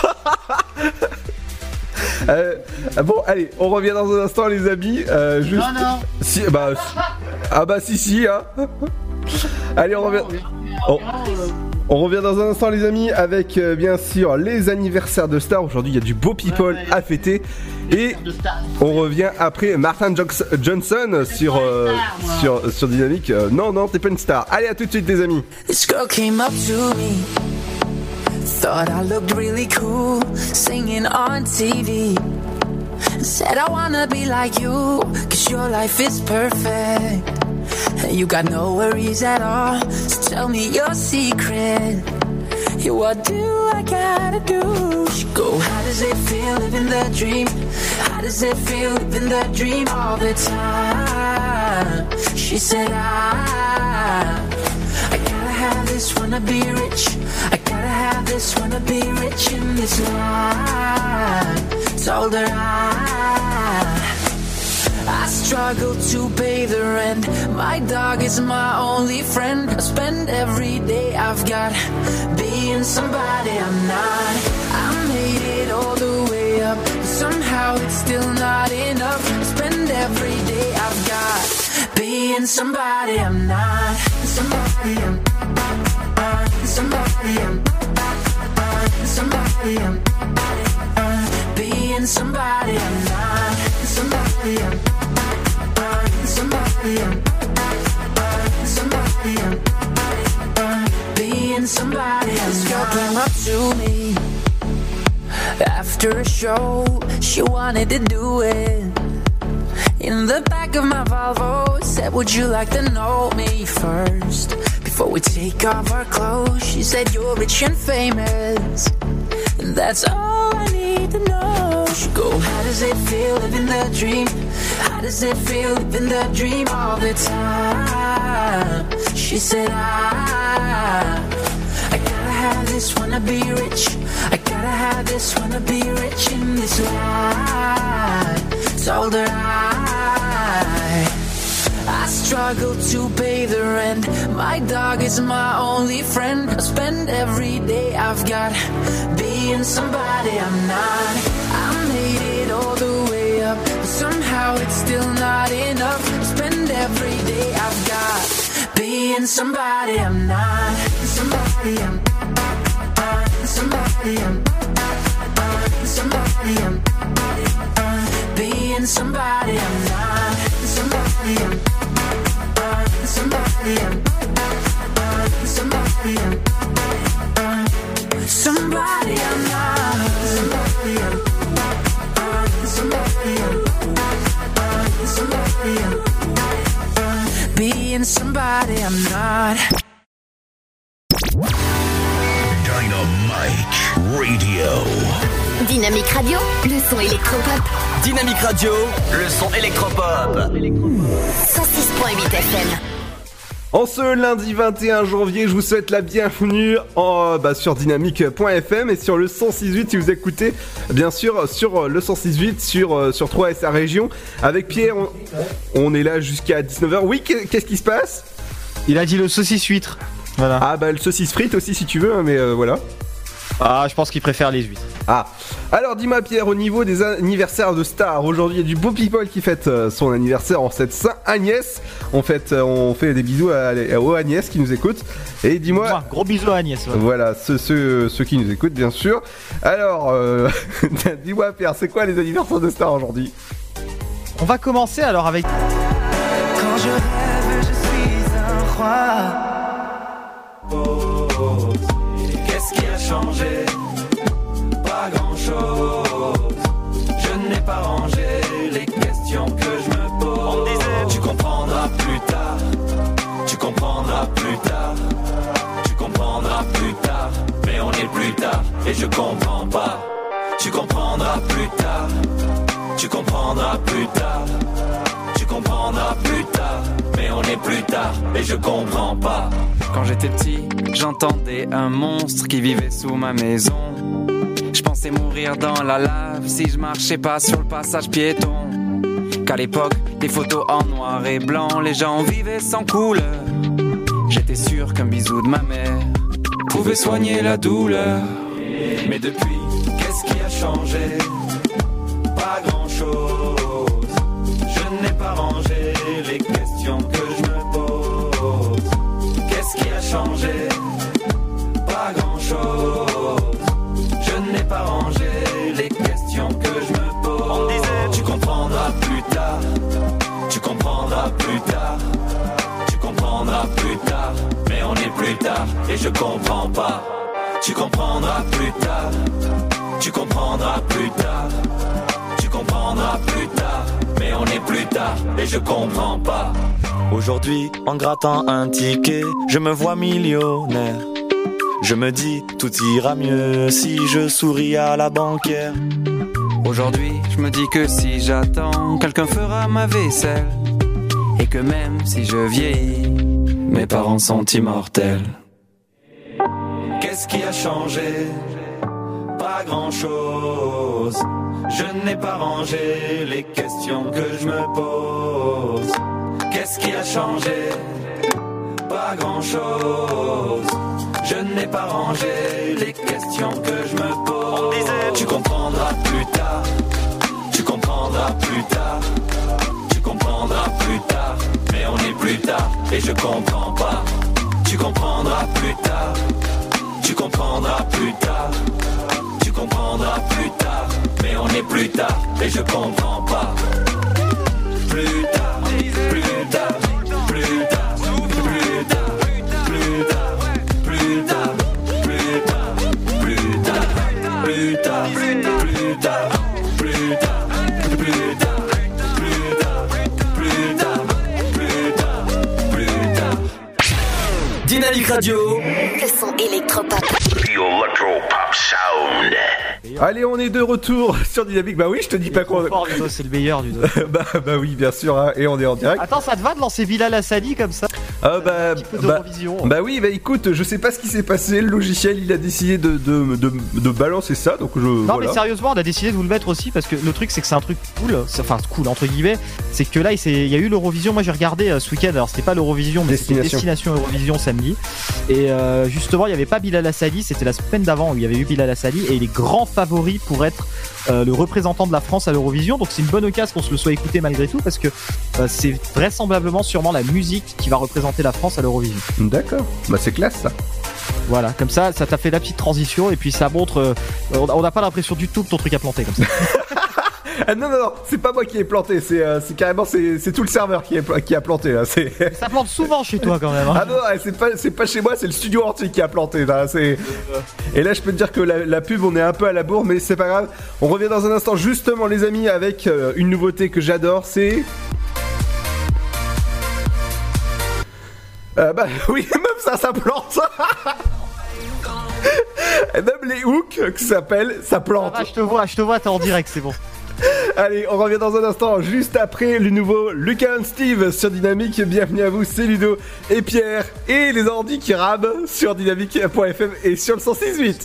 mon slip? Bon allez, on revient dans un instant les amis. Juste... Non. Si si hein. Allez, on revient. On revient dans un instant les amis avec bien sûr les anniversaires de stars. Aujourd'hui il y a du beau people à fêter. Et on revient après Martin Johnson sur Dynamique. Non, t'es pas une star. Allez, à tout de suite les amis. This girl came up to me, thought I looked really cool, singing on TV. Said I wanna be like you, cause your life is perfect. You got no worries at all, so tell me your secret. Yeah, what do I gotta do? She go, how does it feel living the dream? How does it feel living the dream all the time? She said, I gotta have this, wanna be rich. I gotta have this, wanna be rich in this life. Told her I struggle to pay the rent. My dog is my only friend. I spend every day I've got being somebody I'm not. I made it all the way up, but somehow it's still not enough. I spend every day I've got being somebody I'm not. Somebody I'm somebody I'm somebody I'm being somebody I'm not. Somebody I'm somebody I'm somebody I'm being somebody I'm. This girl came up to me after a show, she wanted to do it in the back of my Volvo. Said, would you like to know me first before we take off our clothes? She said, you're rich and famous, and that's all I need to know. She go, how does it feel living the dream? How does it feel living the dream all the time? She said, I gotta have this, wanna be rich. I gotta have this, wanna be rich in this life. Told her I struggle to pay the rent. My dog is my only friend. I spend every day I've got being somebody I'm not. I made it all the way up, but somehow it's still not enough. I spend every day I've got being somebody I'm not. Somebody I'm somebody I'm somebody I'm being somebody I'm not. Somebody I'm somebody I'm somebody I'm somebody I'm not. Somebody I'm somebody I'm somebody I'm being somebody I'm not. Dynamique Radio. Dynamique Radio, le son électropop. Dynamique Radio, le son électropop. 106.8 FM. En ce lundi 21 janvier, je vous souhaite la bienvenue sur dynamique.fm et sur le 106.8 si vous écoutez, bien sûr, sur le 106.8 sur 3 et sa région. Avec Pierre, on est là jusqu'à 19h. Oui, qu'est-ce qui se passe ? Il a dit le saucisse huître. Voilà. Ah bah le saucisse frite aussi si tu veux, hein, mais voilà. Ah, je pense qu'il préfère les huîtres. Ah, alors dis-moi Pierre, au niveau des anniversaires de stars, aujourd'hui il y a du beau people qui fête son anniversaire en cette Saint-Agnès. On fait des bisous aux Agnès qui nous écoutent. Et dis-moi... Gros bisous à Agnès. Ouais. Voilà, ceux qui nous écoutent bien sûr. Alors, dis-moi Pierre, c'est quoi les anniversaires de stars aujourd'hui ? On va commencer alors avec... Quand je rêve, je suis un roi. Qu'est-ce qui a changé ? Pas grand-chose. Je n'ai pas rangé les questions que je me pose. On me disait, tu comprendras plus tard. Tu comprendras plus tard. Tu comprendras plus tard. Mais on est plus tard et je comprends pas. Tu comprendras plus tard. Tu comprendras plus tard. Tu comprendras plus tard. Mais on est plus tard et je comprends pas. Quand j'étais petit, j'entendais un monstre qui vivait sous ma maison. Je pensais mourir dans la lave si je marchais pas sur le passage piéton. Qu'à l'époque, des photos en noir et blanc, les gens vivaient sans couleur. J'étais sûr qu'un bisou de ma mère pouvait soigner la douleur. Mais depuis, qu'est-ce qui a changé ? Pas grand-chose. Je n'ai pas rangé les questions que je me pose. Qu'est-ce qui a changé ? chose. Je n'ai pas rangé les questions que je me pose. On me disait, tu comprendras plus tard. Tu comprendras plus tard. Tu comprendras plus tard. Mais on est plus tard et je comprends pas. Tu comprendras plus tard. Tu comprendras plus tard. Tu comprendras plus tard. Mais on est plus tard et je comprends pas. Aujourd'hui, en grattant un ticket, je me vois millionnaire. Je me dis, tout ira mieux si je souris à la banquière. Aujourd'hui, je me dis que si j'attends, quelqu'un fera ma vaisselle. Et que même si je vieillis, mes parents sont immortels. Qu'est-ce qui a changé? Pas grand-chose. Je n'ai pas rangé les questions que je me pose. Qu'est-ce qui a changé? Pas grand-chose. Je n'ai pas rangé les questions que je me pose. On disait, tu comprendras plus tard. Tu comprendras plus tard. Tu comprendras plus tard. Mais on est plus tard et je comprends pas. Tu comprendras plus tard. Tu comprendras plus tard. Tu comprendras plus tard. Mais on est plus tard et je comprends pas. Plus tard, plus tard, plus tard, plus tard, plus tard, plus tard, plus tard, plus tard, plus tard, plus tard, plus tard, plus tard, plus tard, plus tard, plus tard, plus tard. Dynamique Radio. Le son électropop. The Electropop Sound. Allez, on est de retour sur Dynamique. Bah oui, je te dis pas quoi. C'est le meilleur du dos. bah oui, bien sûr, hein, et on est en direct. Attends, ça te va de lancer Bilal Hassani comme ça? Ah bah oui, bah écoute, je sais pas ce qui s'est passé. Le logiciel, il a décidé de balancer ça, donc je. Non voilà. mais sérieusement, on a décidé de vous le mettre aussi parce que le truc c'est que c'est un truc cool, enfin cool entre guillemets, c'est que là il y a eu l'Eurovision. Moi j'ai regardé ce week-end, alors c'était pas l'Eurovision mais c'était Destination Eurovision samedi. Et justement il y avait pas Bilal Hassani, c'était la semaine d'avant où il y avait eu Bilal Hassani et il est grand favori pour être le représentant de la France à l'Eurovision. Donc c'est une bonne occasion qu'on se le soit écouté malgré tout parce que c'est vraisemblablement sûrement la musique qui va représenter la France à l'Eurovision. D'accord, bah c'est classe ça. Voilà, comme ça t'a fait la petite transition et puis ça montre. On n'a pas l'impression du tout que ton truc a planté comme ça. Ah non, c'est pas moi qui ai planté, c'est carrément c'est tout le serveur qui a planté là. Ça plante souvent chez toi quand même. Hein. Ah non, c'est pas chez moi, c'est le studio entier qui a planté là. Et là je peux te dire que la pub on est un peu à la bourre, mais c'est pas grave. On revient dans un instant justement les amis avec une nouveauté que j'adore, c'est. Bah oui, même ça plante. Et même les hooks que ça s'appelle, ça plante. Ah bah, je te vois, t'es en direct, c'est bon. Allez, on revient dans un instant, juste après le nouveau Lucas and Steve sur Dynamique. Bienvenue à vous, c'est Ludo et Pierre et les ordi qui rabent sur dynamique.fm et sur le 106.8.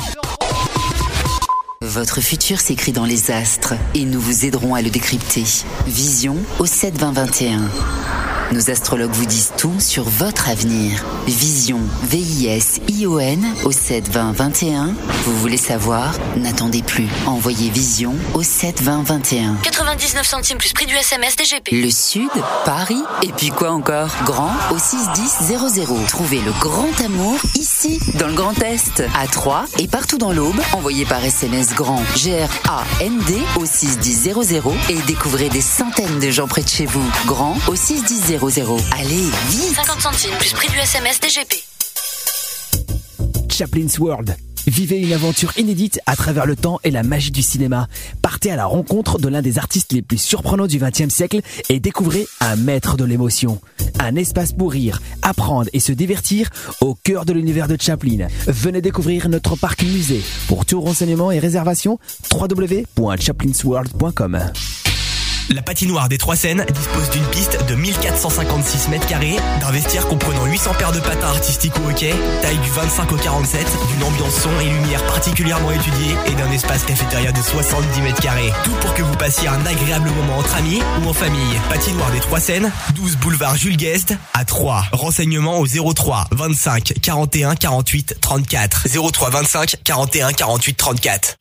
Votre futur s'écrit dans les astres et nous vous aiderons à le décrypter. Vision au 7-20-21. Nos astrologues vous disent tout sur votre avenir. Vision, V-I-S-I-O-N au 7-20-21. Vous voulez savoir? N'attendez plus. Envoyez Vision au 7-20-21. 99 centimes plus prix du SMS DGP. Le Sud, Paris, et puis quoi encore? Grand au 61000. Trouvez le grand amour ici, dans le Grand Est, à Troyes et partout dans l'Aube. Envoyez par SMS grand G-R-A-N-D au 61000 et découvrez des centaines de gens près de chez vous. Grand au 61000. Allez, vite! 50 centimes plus prix du SMS DGP. Chaplin's World. Vivez une aventure inédite à travers le temps et la magie du cinéma. Partez à la rencontre de l'un des artistes les plus surprenants du XXe siècle et découvrez un maître de l'émotion. Un espace pour rire, apprendre et se divertir au cœur de l'univers de Chaplin. Venez découvrir notre parc musée. Pour tout renseignement et réservation, www.chaplinsworld.com. La patinoire des Trois Seines dispose d'une piste de 1456 mètres carrés, d'un vestiaire comprenant 800 paires de patins artistiques au hockey, taille du 25 au 47, d'une ambiance son et lumière particulièrement étudiée et d'un espace cafétéria de 70 mètres carrés. Tout pour que vous passiez un agréable moment entre amis ou en famille. Patinoire des Trois Seines, 12 boulevard Jules Guest à Troyes. Renseignements au 03 25 41 48 34. 03 25 41 48 34.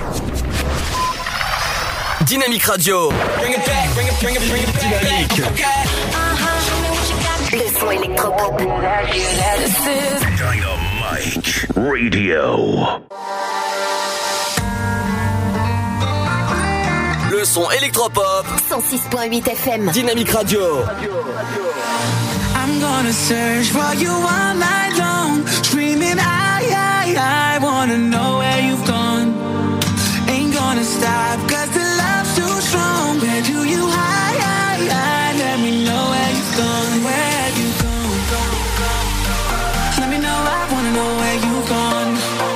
Dynamique Radio. Dynamique. Le son électropop. Dynamique Radio. Le son électropop 106.8 FM. Dynamique Radio. I'm gonna search for you all night long, screaming I wanna know where you've gone. Ain't gonna stop 'cause the love's too strong. Where do you hide? Let me know where you've gone. Where have you gone? Let me know, I wanna know where you've gone.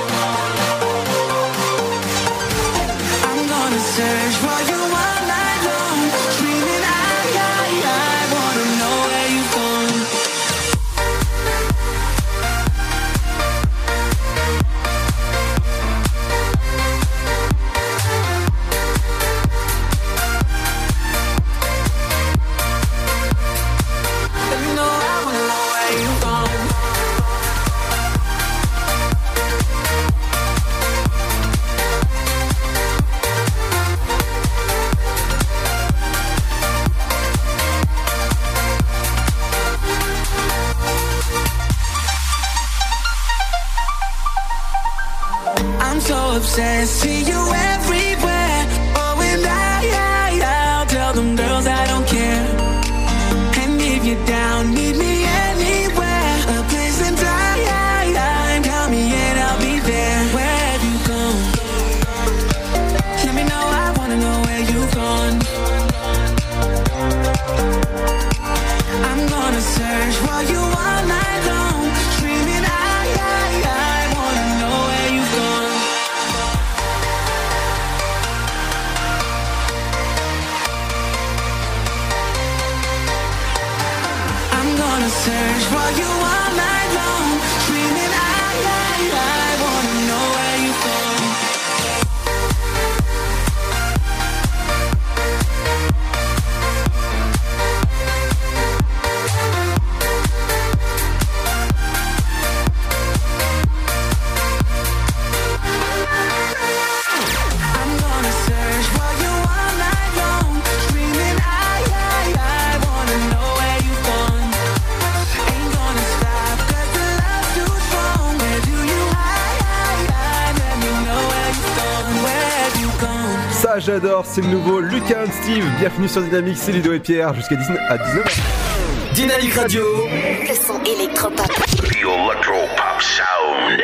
I'm gonna search for you all night long, screaming I wanna know where you've gone. Let me know, I wanna know where you've gone. I'm so obsessed, see you everywhere. Oh, and I'll tell them girls I don't care. And if you're down, meet me anywhere. A place in time, tell me and I'll be there. Where have you gone? Let me know, I wanna know where you've gone. I'm gonna search for you all night long, screaming I wanna know where you've gone. I'm gonna search for you all night long, screaming I wanna know where you've gone. I'm gonna search for you all night long, screaming I wanna know where you've gone. Ain't gonna stop 'cause the love's too strong. Where do you hide? Let me know where you've gone. Where have you gone? Ça j'adore, c'est le nouveau Lucas and Steve. Bienvenue sur Dynamique, c'est Ludo et Pierre jusqu'à 19h. Dynamique Radio. Le son électropop. The Electropop Sound.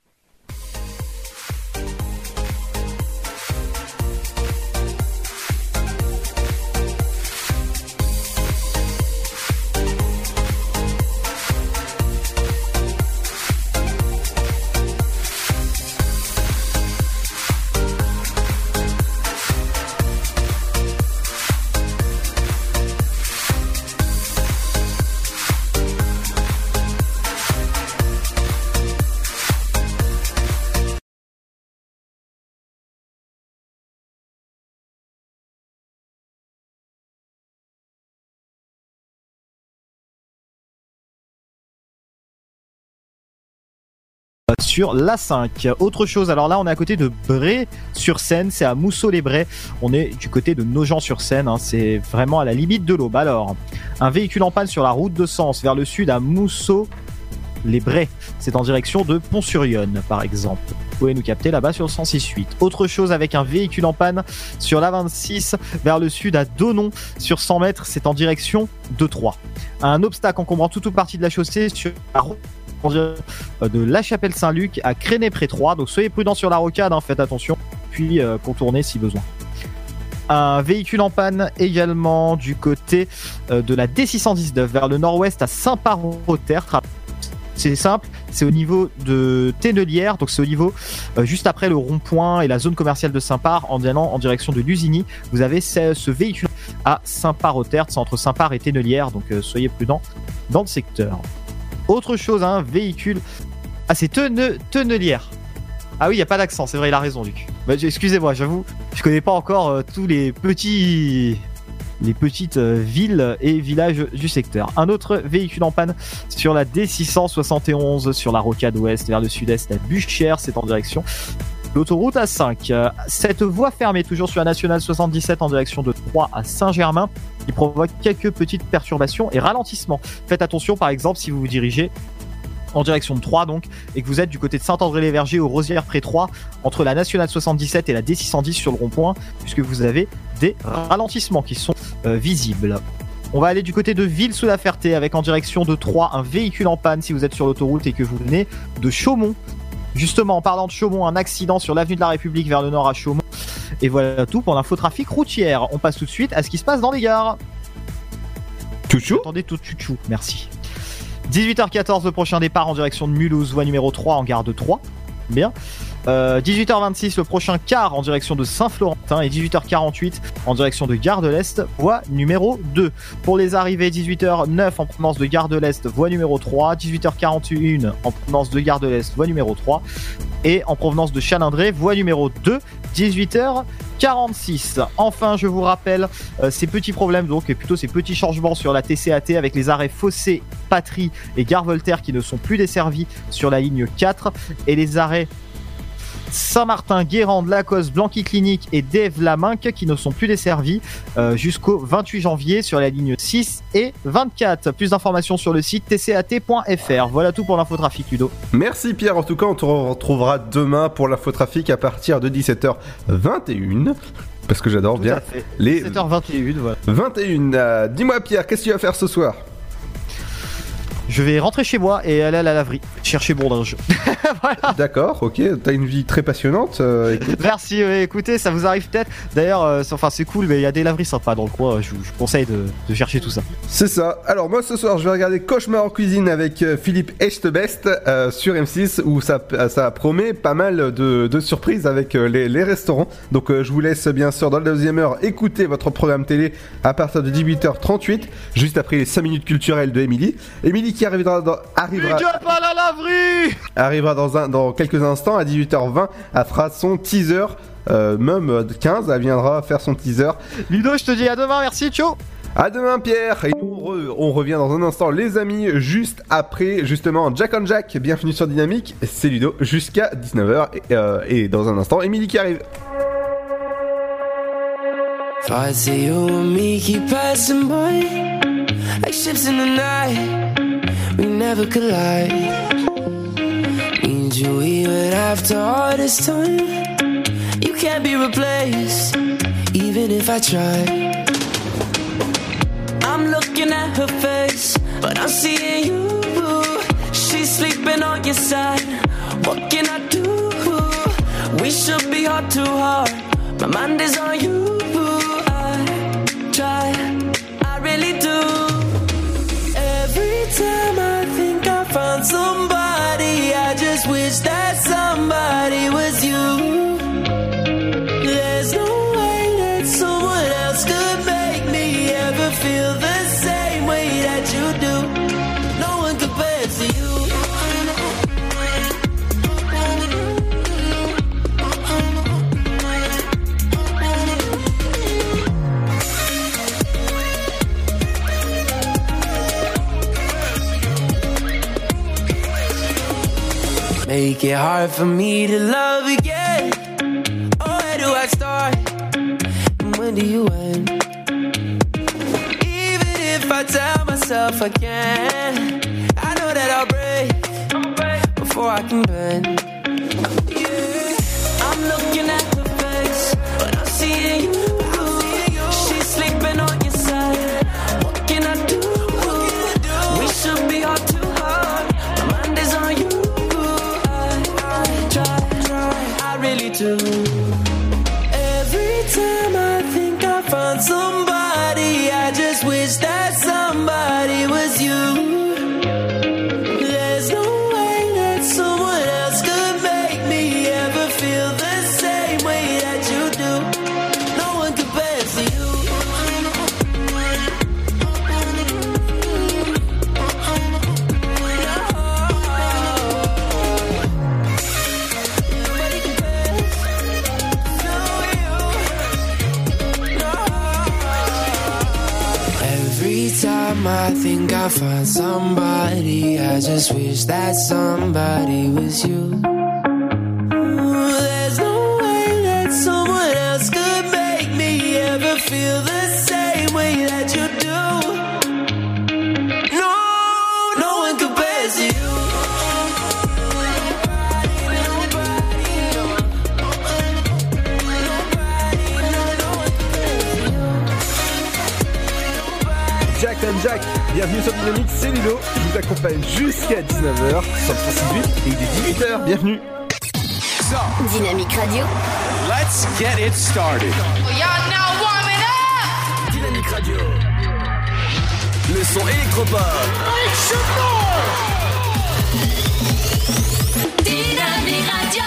Sur l'A5. Autre chose, alors là on est à côté de Bray-sur-Seine, c'est à Mousseau-les-Brais, on est du côté de Nogent-sur-Seine, c'est vraiment à la limite de l'Aube. Alors, un véhicule en panne sur la route de Sens vers le sud à Mousseau-les-Brais, c'est en direction de Pont-sur-Yonne par exemple. Vous pouvez nous capter là-bas sur le 106.8. Autre chose avec un véhicule en panne sur l'A26 vers le sud à Donon sur 100 mètres, c'est en direction de Troyes. Un obstacle encombrant toute ou partie de la chaussée sur la route de La Chapelle-Saint-Luc à Créné-près-Troyes, donc soyez prudents sur la rocade, faites attention, puis contournez si besoin. Un véhicule en panne également du côté de la D619 vers le nord-ouest à Saint-Parot-Tertre. C'est simple, c'est au niveau de Tennelière, donc c'est au niveau juste après le rond-point et la zone commerciale de Saint-Par, en allant en direction de Lusigny. Vous avez ce véhicule à Saint-Par-au-Tertre, c'est entre Saint-Par et Tennelière, donc soyez prudents dans le secteur. Autre chose, un véhicule... Ah, c'est Tennelière. Ah oui, il n'y a pas d'accent, c'est vrai, il a raison, Luc. Bah, excusez-moi, j'avoue, je connais pas encore tous les petites villes et villages du secteur. Un autre véhicule en panne sur la D671 sur la rocade ouest vers le sud-est à Buchères, c'est en direction l'autoroute A5. Cette voie fermée toujours sur la nationale 77 en direction de Troyes à Saint-Germain, qui provoque quelques petites perturbations et ralentissements. Faites attention par exemple si vous vous dirigez en direction de Troyes donc, et que vous êtes du côté de Saint-André-les-Vergers au Rosières-près-Troyes, entre la Nationale 77 et la D610 sur le rond-point, puisque vous avez des ralentissements qui sont visibles. On va aller du côté de Ville-sous-la-Ferté avec en direction de Troyes un véhicule en panne si vous êtes sur l'autoroute et que vous venez de Chaumont. Justement, en parlant de Chaumont, un accident sur l'avenue de la République vers le nord à Chaumont. Et voilà tout pour l'infotrafic routière. On passe tout de suite à ce qui se passe dans les gares. Chouchou. Attendez tout chouchou, merci. 18h14, le prochain départ en direction de Mulhouse, voie numéro 3 en gare de Troyes. Bien. 18h26, le prochain car en direction de Saint-Florentin et 18h48 en direction de Gare de l'Est, voie numéro 2. Pour les arrivées, 18h09 en provenance de Gare de l'Est, voie numéro 3, 18h41 en provenance de Gare de l'Est, voie numéro 3 et en provenance de Chalindré, voie numéro 2, 18h46. Enfin, je vous rappelle ces petits problèmes, donc et plutôt ces petits changements sur la TCAT avec les arrêts Fossé, Patrie et Gare Voltaire qui ne sont plus desservis sur la ligne 4 et les arrêts Saint-Martin, Guérande, Lacoste, Blanqui Clinique et Dèvres-la-Minque qui ne sont plus desservis jusqu'au 28 janvier sur la ligne 6 et 24. Plus d'informations sur le site tcat.fr. Voilà tout pour l'infotrafic, Ludo. Merci Pierre, en tout cas on te retrouvera demain pour l'infotrafic à partir de 17h21. Parce que j'adore bien les 17h21, voilà. 21. Dis-moi Pierre, qu'est-ce que tu vas faire ce soir ? Je vais rentrer chez moi et aller à la laverie, chercher mon linge. Voilà. D'accord, ok, t'as une vie très passionnante. Merci, écoutez, ça vous arrive peut-être. D'ailleurs, c'est cool, mais il y a des laveries sympas dans le coin, je vous conseille de chercher tout ça. C'est ça. Alors moi ce soir, je vais regarder Cauchemar en cuisine avec Philippe Echtebest sur M6 où ça promet pas mal de surprises avec les restaurants. Donc je vous laisse bien sûr dans la deuxième heure écouter votre programme télé à partir de 18h38, juste après les 5 minutes culturelles de Émilie. Émilie qui arrivera dans quelques instants à 18h20. Elle fera son teaser, même 15, elle viendra faire son teaser. Ludo, je te dis à demain, merci, ciao. À demain Pierre. Et nous on revient dans un instant les amis, juste après justement Jack on Jack. Bienvenue sur Dynamique, c'est Ludo jusqu'à 19h et dans un instant Émilie qui arrive. I see you and me keep passing by like ships in the night. We never collide. Need you even after all this time. You can't be replaced, even if I try. I'm looking at her face, but I'm seeing you. She's sleeping on your side. What can I do? We should be heart to heart. My mind is on you. I try, I really do. Every time I think I found somebody, I just wish that somebody was you. There's no way that someone else could make me ever feel the same way that you do. No one compares to you. Make it hard for me to love again. Oh, where do I start? And when do you end? Even if I tell myself I can, I know that I'll break before I can bend. Yeah. I'm looking at her face, but I'm seeing you. She's sleeping on your side. What can I do? We should be heart to heart. My mind is on you. I really do. Every time I think I found somebody, I just wish that somebody was you. There's no way that someone else could make me ever feel the same way that you do. No one compares to you. Every time I think I find somebody, I just wish that somebody was you. There's no way that someone else could make me ever feel the same way that you do. No, no one compares to you. Jack, bienvenue sur Dynamique, c'est Ludo, je vous accompagne jusqu'à 19h sur le 168 et il est 18h, bienvenue. Dynamique Radio. Let's get it started. Y'all now warming up. Dynamique Radio. Le son électropop. Dynamique Radio.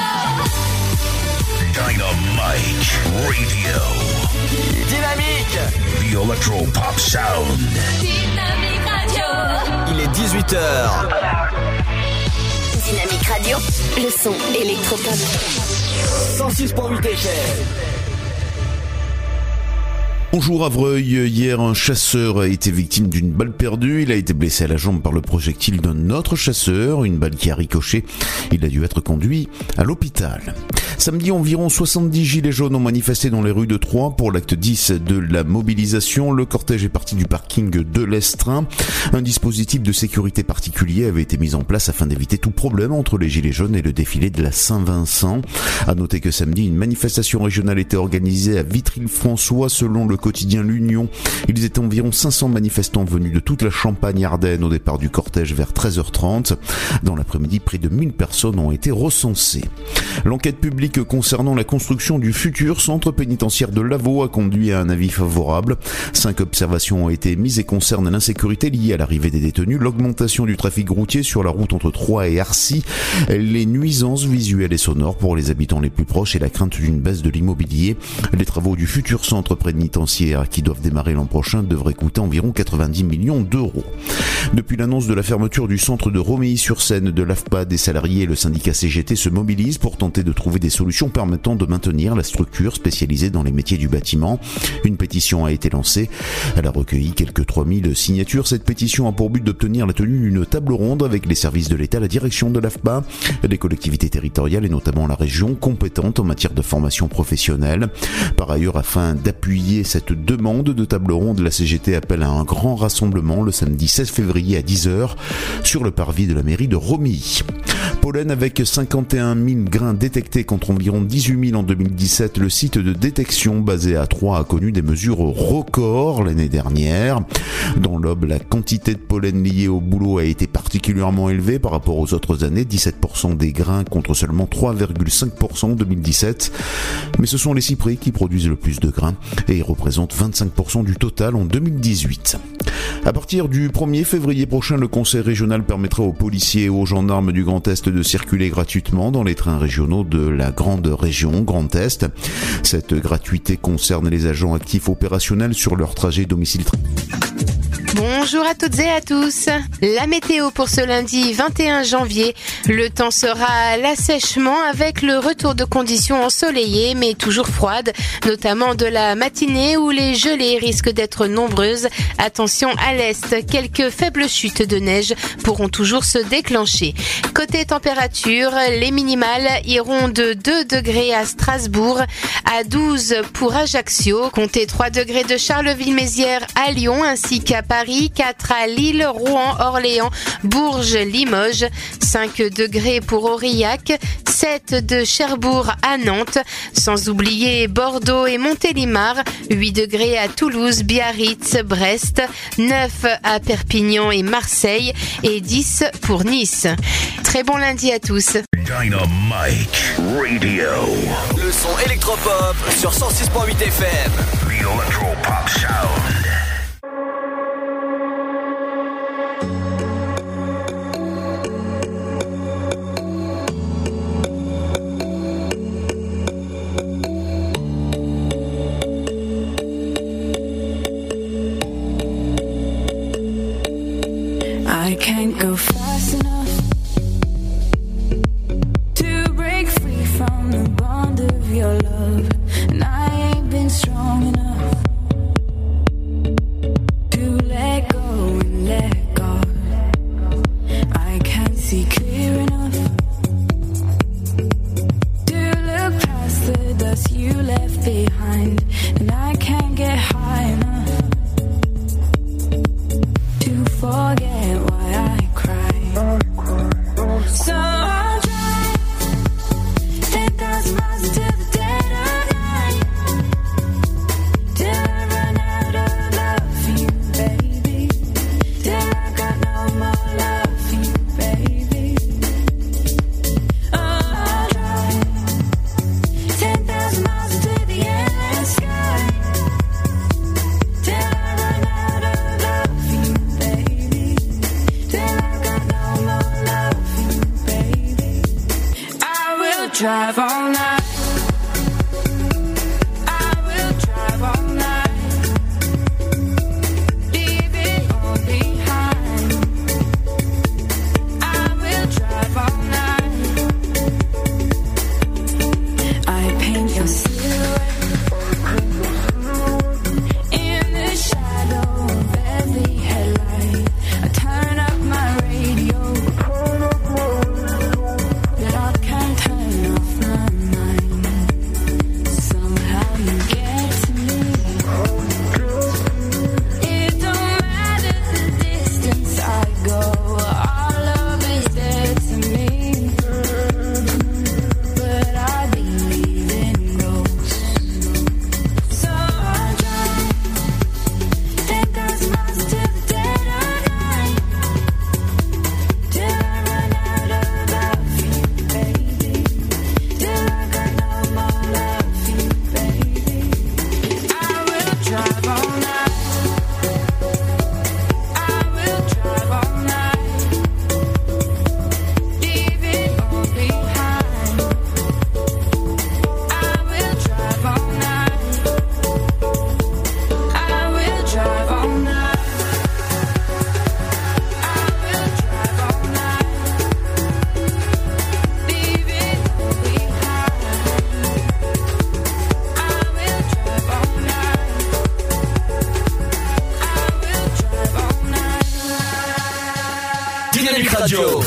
Dynamite Radio. Dynamique. The Electropop Sound. Dynamique Radio. Il est 18h. Dynamique Radio, le son électropop. 106.8 FM. Bonjour Avreuil, hier un chasseur a été victime d'une balle perdue, il a été blessé à la jambe par le projectile d'un autre chasseur, une balle qui a ricoché, il a dû être conduit à l'hôpital. Samedi, environ 70 gilets jaunes ont manifesté dans les rues de Troyes pour l'acte 10 de la mobilisation. Le cortège est parti du parking de l'Estrin. Un dispositif de sécurité particulier avait été mis en place afin d'éviter tout problème entre les gilets jaunes et le défilé de la Saint-Vincent. À noter que samedi, une manifestation régionale était organisée à Vitry-le-François selon le quotidien L'Union. Ils étaient environ 500 manifestants venus de toute la Champagne-Ardenne au départ du cortège vers 13h30. Dans l'après-midi, près de 1000 personnes ont été recensées. L'enquête publique concernant la construction du futur centre pénitentiaire de Lavaux a conduit à un avis favorable. 5 observations ont été émises et concernent l'insécurité liée à l'arrivée des détenus, l'augmentation du trafic routier sur la route entre Troyes et Arcy, les nuisances visuelles et sonores pour les habitants les plus proches et la crainte d'une baisse de l'immobilier. Les travaux du futur centre pénitentiaire qui doivent démarrer l'an prochain devraient coûter environ 90 millions d'euros. Depuis l'annonce de la fermeture du centre de Romilly-sur-Seine de l'AFPA, des salariés et le syndicat CGT se mobilisent pour tenter de trouver des solutions permettant de maintenir la structure spécialisée dans les métiers du bâtiment. Une pétition a été lancée. Elle a recueilli quelques 3000 signatures. Cette pétition a pour but d'obtenir la tenue d'une table ronde avec les services de l'État, la direction de l'AFPA, les collectivités territoriales et notamment la région compétente en matière de formation professionnelle. Par ailleurs, afin d'appuyer cette demande de table ronde, la CGT appelle à un grand rassemblement le samedi 16 février à 10h sur le parvis de la mairie de Romilly. Pollen avec 51 000 grains détectés contre environ 18 000 en 2017. Le site de détection basé à Troyes a connu des mesures records l'année dernière. Dans l'Aube, la quantité de pollen liée au bouleau a été particulièrement élevée par rapport aux autres années, 17% des grains contre seulement 3,5% en 2017. Mais ce sont les cyprès qui produisent le plus de grains et ils représentent 25% du total en 2018. À partir du 1er février prochain, le conseil régional permettra aux policiers et aux gendarmes du Grand Est de circuler gratuitement dans les trains régionaux de la grande région Grand Est. Cette gratuité concerne les agents actifs opérationnels sur leur trajet domicile. Bonjour à toutes et à tous. La météo pour ce lundi 21 janvier. Le temps sera à l'assèchement avec le retour de conditions ensoleillées mais toujours froides, notamment de la matinée où les gelées risquent d'être nombreuses. Attention à l'est, quelques faibles chutes de neige pourront toujours se déclencher. Côté température, les minimales iront de 2 degrés à Strasbourg, à 12 pour Ajaccio, comptez 3 degrés de Charleville-Mézières à Lyon ainsi qu'à Paris, 4 à Lille, Rouen, Orléans, Bourges, Limoges, 5 degrés pour Aurillac, 7 de Cherbourg à Nantes, sans oublier Bordeaux et Montélimar, 8 degrés à Toulouse, Biarritz, Brest, 9 à Perpignan et Marseille et 10 pour Nice. Très bon lundi à tous. Dynamite Radio. Le son électropop sur 106.8 FM. The Electropop Sound. I can't go fast enough to break free from the bond of your love, and I ain't been strong enough to let go and let God. I can't see clear enough to look past the dust you left behind, and I can't get high enough to forget why I cry. So I'll drive 10,000 miles until the dead of night. drive all night. I will drive all night. Leave it all behind. I will drive all night. I paint your silhouette in the shadow of every headlight. I turn up my radio, but I can't turn off my mind. Somehow you get to me. It don't matter the distance I go, our love is dead to me. But I believe in ghosts, so I drive. Take those miles to the dead of night, till I run out of love for you, baby. Till I got no more love for you, baby. I will drive all night. I will drive all night. Leave it all behind. I will drive all night. I will drive all night. I will drive all night. Leave it all behind. I will drive all night. I will drive all night. Dynamique Radio.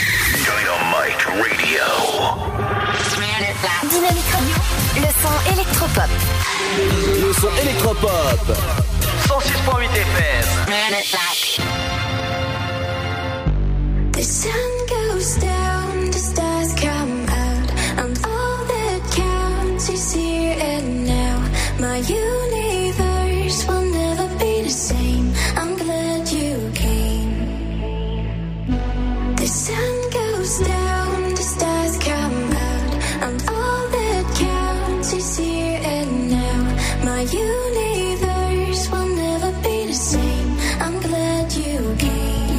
Dynamique Radio, le son électropop. Le son électropop. 106.8 FM. The sun goes down, the stars come out, and all that counts is here and now. My universe will never be the same. I'm glad you came. The sun goes down, the stars come out, and all that counts is here and now. My universe will never be the same. I'm glad you came.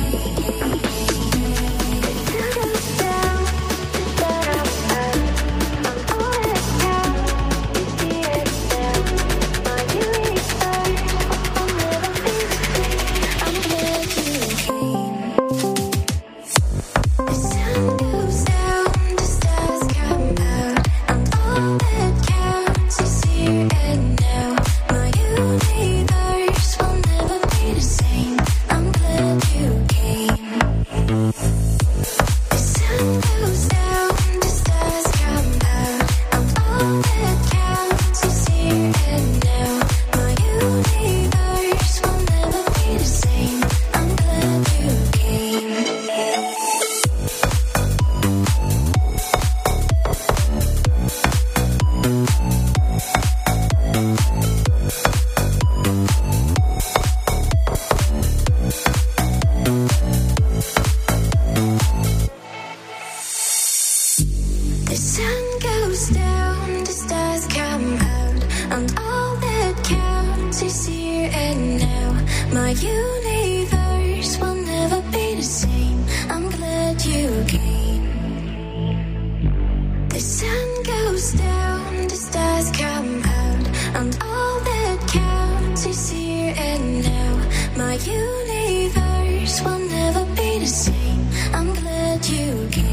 The sun goes down, the stars come out, and all that counts is here and now. My universe will never be the same. I'm glad you came. The sun goes down, the stars come out, and all that counts is here and now. My universe will never be the same. I'm glad you came.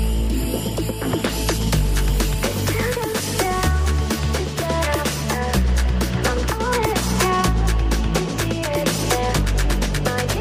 My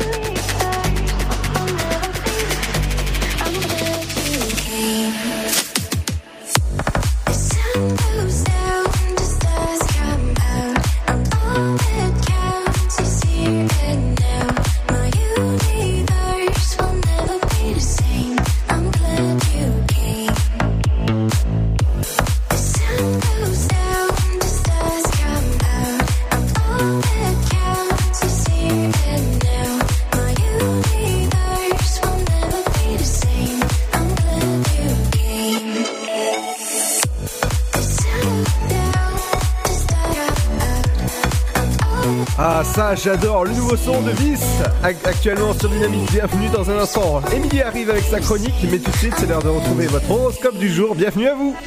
Ah ça j'adore, le nouveau son de Vice actuellement sur Dynamique. Bienvenue dans un instant. Émilie arrive avec sa chronique, mais tout de suite c'est l'heure de retrouver votre horoscope du jour. Bienvenue à vous.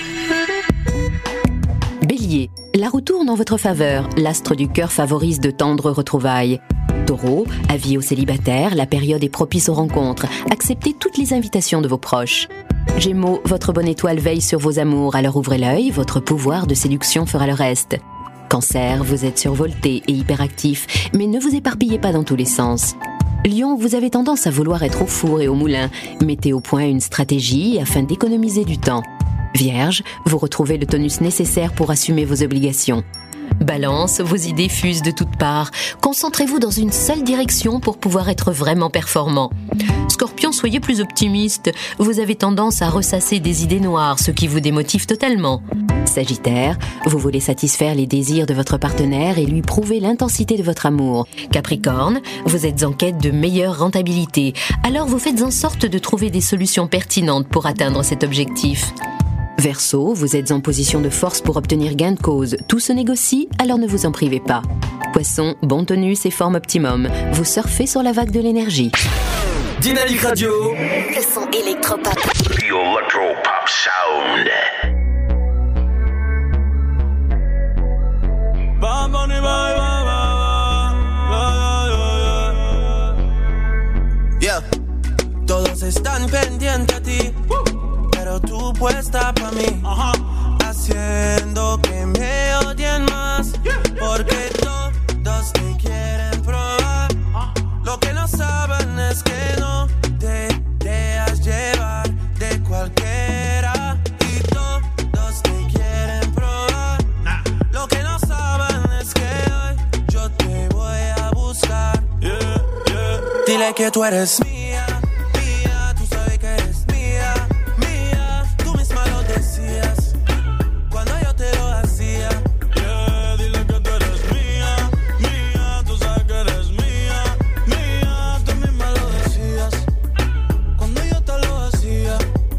Bélier, la roue tourne en votre faveur, l'astre du cœur favorise de tendres retrouvailles. Taureau, avis aux célibataires, la période est propice aux rencontres, acceptez toutes les invitations de vos proches. Gémeaux, votre bonne étoile veille sur vos amours, alors ouvrez l'œil, votre pouvoir de séduction fera le reste. Cancer, vous êtes survolté et hyperactif, mais ne vous éparpillez pas dans tous les sens. Lion, vous avez tendance à vouloir être au four et au moulin. Mettez au point une stratégie afin d'économiser du temps. Vierge, vous retrouvez le tonus nécessaire pour assumer vos obligations. Balance, vos idées fusent de toutes parts. Concentrez-vous dans une seule direction pour pouvoir être vraiment performant. Scorpion, soyez plus optimiste. Vous avez tendance à ressasser des idées noires, ce qui vous démotive totalement. Sagittaire, vous voulez satisfaire les désirs de votre partenaire et lui prouver l'intensité de votre amour. Capricorne, vous êtes en quête de meilleure rentabilité. Alors vous faites en sorte de trouver des solutions pertinentes pour atteindre cet objectif. Verseau, vous êtes en position de force pour obtenir gain de cause. Tout se négocie, alors ne vous en privez pas. Poisson, bon tonus et forme optimum. Vous surfez sur la vague de l'énergie. Dynamique Radio. Le son électropop. The Electropop Sound. Yeah. Todos están pendientes a ti, pero tú puesta pa' mí, haciendo que me odien más, porque todos te quieren probar. Lo que no saben es que no te dejas llevar de cualquiera, y todos te quieren probar. Lo que no saben es que hoy yo te voy a buscar. Dile que tú eres mía, mía, tú sabes que eres mía, mía, tú misma lo decías cuando yo te lo hacía. Dile que tú eres mía, mía, tú sabes que eres mía, mía, tú misma lo decías cuando yo te lo hacía.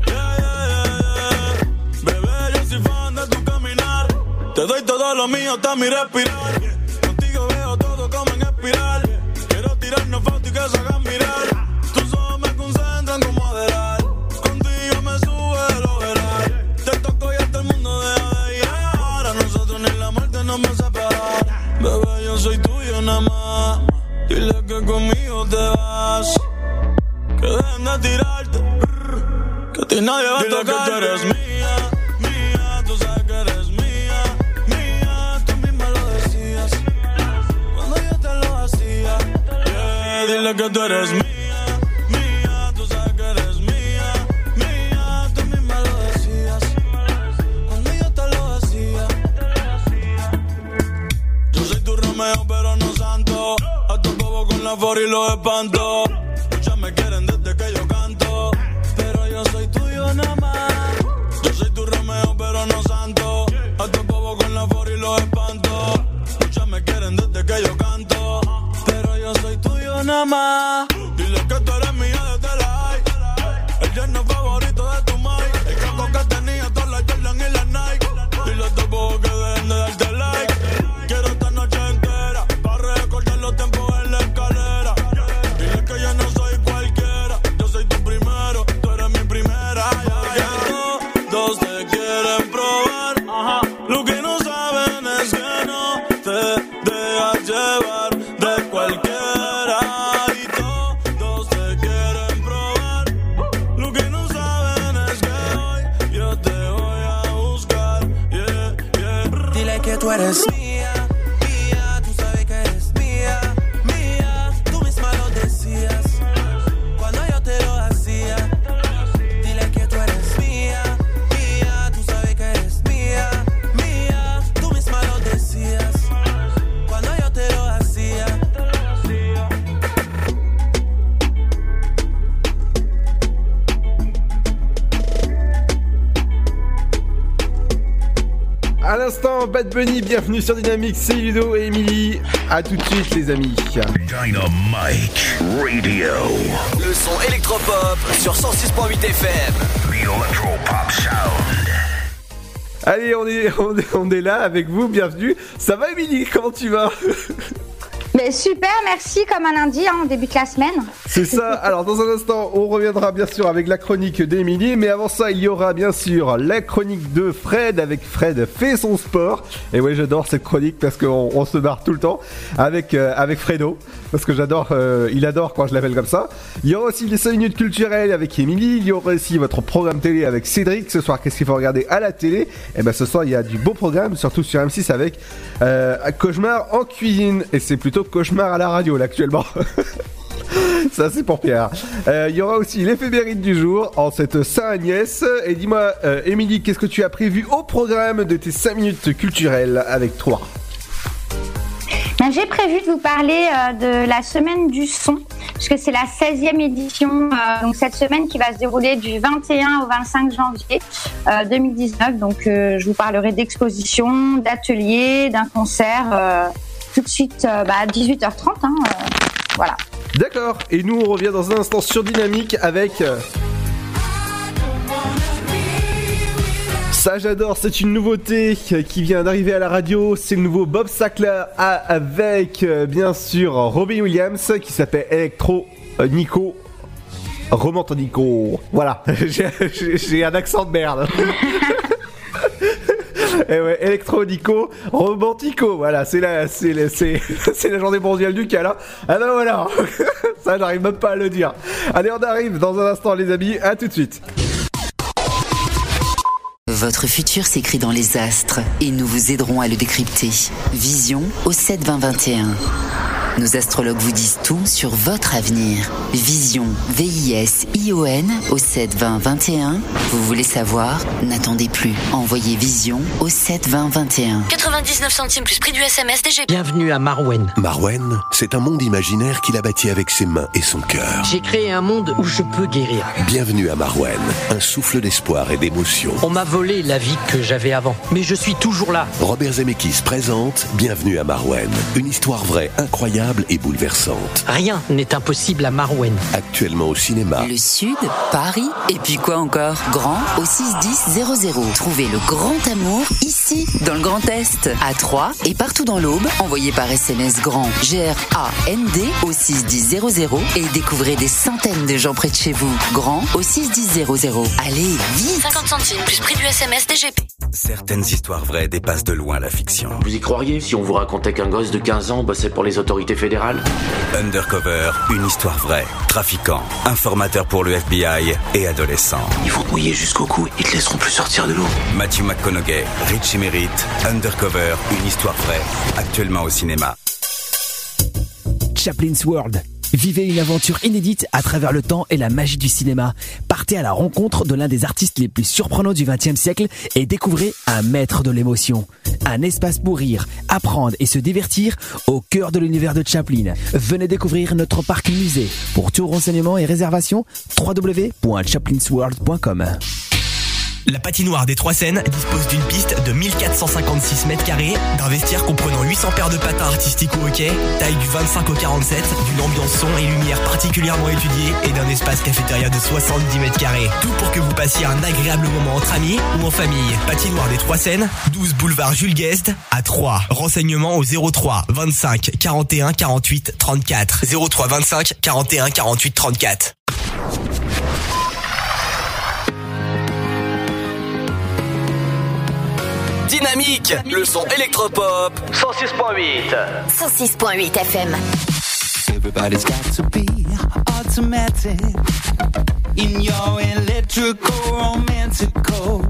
Bebé, yo soy fan de tu caminar, te doy todo lo mío hasta mi respirar. Contigo veo todo como en espiral. Quiero tirarnos fotos y que se hagan mirar. Tus ojos me concentran como adelar. Contigo me sube el overall. Te toco y hasta el mundo deja de ir. Ahora nosotros ni la muerte nos va a separar. Bebé, yo soy tuyo nada más. Dile que conmigo te vas. Que dejen de tirarte. Que a ti nadie va a tocar. Dile que tú eres mía, mía. Tú sabes que eres mía, mía. Tú misma lo decías cuando yo te lo hacía. Dile que tú eres mía, mía, tú sabes que eres mía, mía, tú misma lo decías cuando yo te lo hacía. Yo soy tu Romeo pero no santo, a tu bobo con la for y los espanto. Muchas me quieren desde que yo canto, pero yo soy tuyo nada más. Yo soy tu Romeo pero no santo, a tu bobo con la for y los espanto. Muchas me quieren desde que yo canto, pero yo soy tuyo nada más. Dile que tú eres mía desde la high. El yerno favorito de tu mai. El casco que tenía todas las Jordan y las Nike. Dile a tu bobo que dejen de darte like. Quiero esta noche entera para recordar los tiempos en la escalera. Dile que yo no soy cualquiera. Yo soy tu primero, tú eres mi primera. Porque todos te quieren probar. Lo que no saben es que no te dejas llevar de cualquiera. Tú eres mía, mía, tú sabes que eres mía, mía, tú misma lo decías cuando yo te lo hacía. Dile que tú eres mía, mía, tú sabes que eres mía, mía, tú misma lo decías cuando yo te lo hacía. À l'instant, Bad Bunny, bienvenue sur Dynamique, c'est Ludo et Emily. A tout de suite les amis. Dynamique Radio. Le son électropop sur 106.8 FM. The Electropop Sound. Allez, on est là avec vous, bienvenue. Ça va Emily, comment tu vas? Mais super, merci, comme un lundi, on débute la semaine. C'est ça. Alors dans un instant, on reviendra bien sûr avec la chronique d'Émilie, mais avant ça, il y aura bien sûr la chronique de Fred avec Fred fait son sport. Et ouais, j'adore cette chronique parce qu'on se marre tout le temps avec Fredo, parce que j'adore, il adore quand je l'appelle comme ça. Il y aura aussi les 5 minutes culturelles avec Émilie. Il y aura aussi votre programme télé avec Cédric. Ce soir, qu'est-ce qu'il faut regarder à la télé? Et ben ce soir, il y a du beau programme, surtout sur M6 avec Cauchemar en cuisine. Et c'est plutôt Cauchemar à la radio là actuellement. Ça c'est pour Pierre. Il y aura aussi l'éphéméride du jour en cette Saint-Agnès. Et dis-moi, Émilie, qu'est-ce que tu as prévu au programme de tes 5 minutes culturelles avec toi? J'ai prévu de vous parler de la semaine du son, puisque c'est la 16e édition, donc cette semaine qui va se dérouler du 21 au 25 janvier 2019. Donc je vous parlerai d'expositions, d'ateliers, d'un concert tout de suite à 18h30. Voilà. D'accord, et nous on revient dans un instant sur Dynamique avec... Ça j'adore, c'est une nouveauté qui vient d'arriver à la radio, c'est le nouveau Bob Sinclar avec bien sûr Robbie Williams qui s'appelle Electro Nico Romantico. Voilà, j'ai un accent de merde. Et ouais, Electronico Romantico, voilà, c'est la journée mondiale du cas là. Ah ben voilà, ça j'arrive même pas à le dire. Allez, on arrive dans un instant les amis, à tout de suite. Votre futur s'écrit dans les astres et nous vous aiderons à le décrypter. Vision au 7-20-21. Nos astrologues vous disent tout sur votre avenir. Vision, V-I-S-I-O-N au 7-20-21. Vous voulez savoir? N'attendez plus. Envoyez Vision au 7-20-21. 99 centimes plus prix du SMS DG. Bienvenue à Marwen. Marwen, c'est un monde imaginaire qu'il a bâti avec ses mains et son cœur. J'ai créé un monde où je peux guérir. Bienvenue à Marwen, un souffle d'espoir et d'émotion. On m'a volé la vie que j'avais avant, mais je suis toujours là. Robert Zemeckis présente Bienvenue à Marwen, une histoire vraie, incroyable et bouleversante. Rien n'est impossible à Marwen. Actuellement au cinéma. Le Sud, Paris, et puis quoi encore? Grand au 61000. Trouvez le grand amour ici, dans le Grand Est, à Troyes et partout dans l'Aube. Envoyez par SMS grand GRAND au 61000 et découvrez des centaines de gens près de chez vous. Grand au 61000. Allez, vite! 50 centimes plus prix du SMS DGP. Certaines histoires vraies dépassent de loin la fiction. Vous y croiriez si on vous racontait qu'un gosse de 15 ans bossait pour les autorités fédérales? Undercover, une histoire vraie. Trafiquants, informateurs pour le FBI et adolescents. Ils vont te mouiller jusqu'au cou et te laisseront plus sortir de l'eau. Matthew McConaughey, Richie Merritt, Undercover, une histoire vraie. Actuellement au cinéma. Chaplin's World. Vivez une aventure inédite à travers le temps et la magie du cinéma. Partez à la rencontre de l'un des artistes les plus surprenants du XXe siècle et découvrez un maître de l'émotion. Un espace pour rire, apprendre et se divertir au cœur de l'univers de Chaplin. Venez découvrir notre parc musée. Pour tout renseignement et réservation, www.chaplinsworld.com. La patinoire des Trois Seines dispose d'une piste de 1456 mètres carrés, d'un vestiaire comprenant 800 paires de patins artistiques ou hockey, taille du 25 au 47, d'une ambiance son et lumière particulièrement étudiée et d'un espace cafétéria de 70 mètres carrés. Tout pour que vous passiez un agréable moment entre amis ou en famille. Patinoire des Trois Seines, 12 boulevard Jules Guest à Troyes. Renseignements au 03 25 41 48 34. 03 25 41 48 34. Dynamique, le son électropop 106.8. 106.8 FM. Everybody's got to be automatic in your electrical romantical.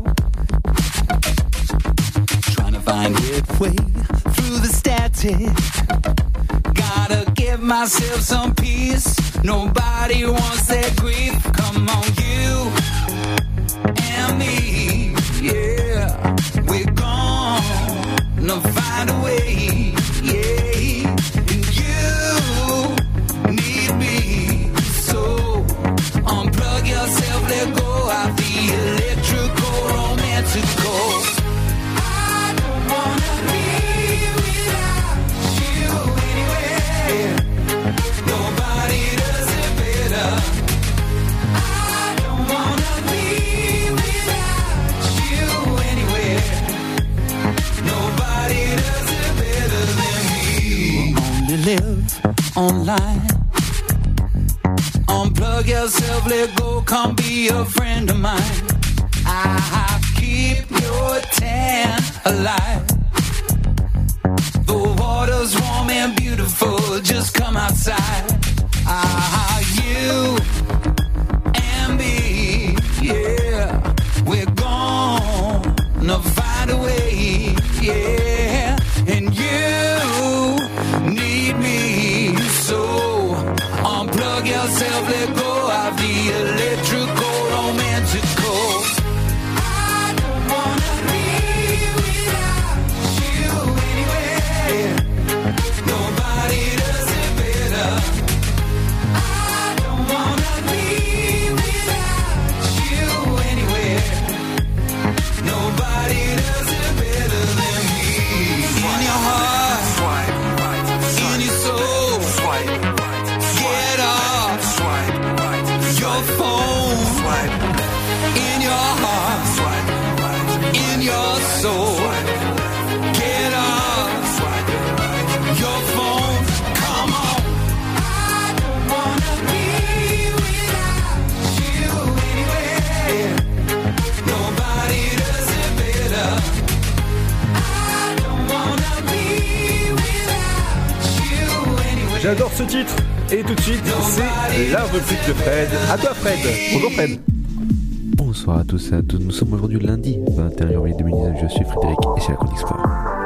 Trying to find its way through the static. Gotta give myself some peace. Nobody wants that grief. Come on, you and me, yeah. We're gonna find a way, yeah. And you need me, so unplug yourself, let go of the electrical romantical. I don't wanna be without you anywhere. Nobody does it better. I don't wanna be without you anywhere. Nobody online. Unplug yourself, let go, come be a friend of mine. I keep your tan alive. The water's warm and beautiful, just come outside. You and me, yeah, we're gonna find a way, yeah. And you need me, so unplug yourself, let go of the electrical, romantical. I don't wanna be without you anywhere. Nobody does it better. I don't wanna be without you anywhere. Nobody does it better than me. In your heart, in your soul, get off your phone. In your heart, in your soul, get off your phone. Come on. I don't wanna be without you anywhere. Nobody does it better. I don't wanna be without you anywhere. J'adore ce titre. Et tout de suite, c'est la rubrique de Fred. À toi Fred. Bonjour Fred. Bonsoir à tous et à toutes. Nous sommes aujourd'hui lundi 21 janvier 2019. Je suis Frédéric et c'est la chronique sport.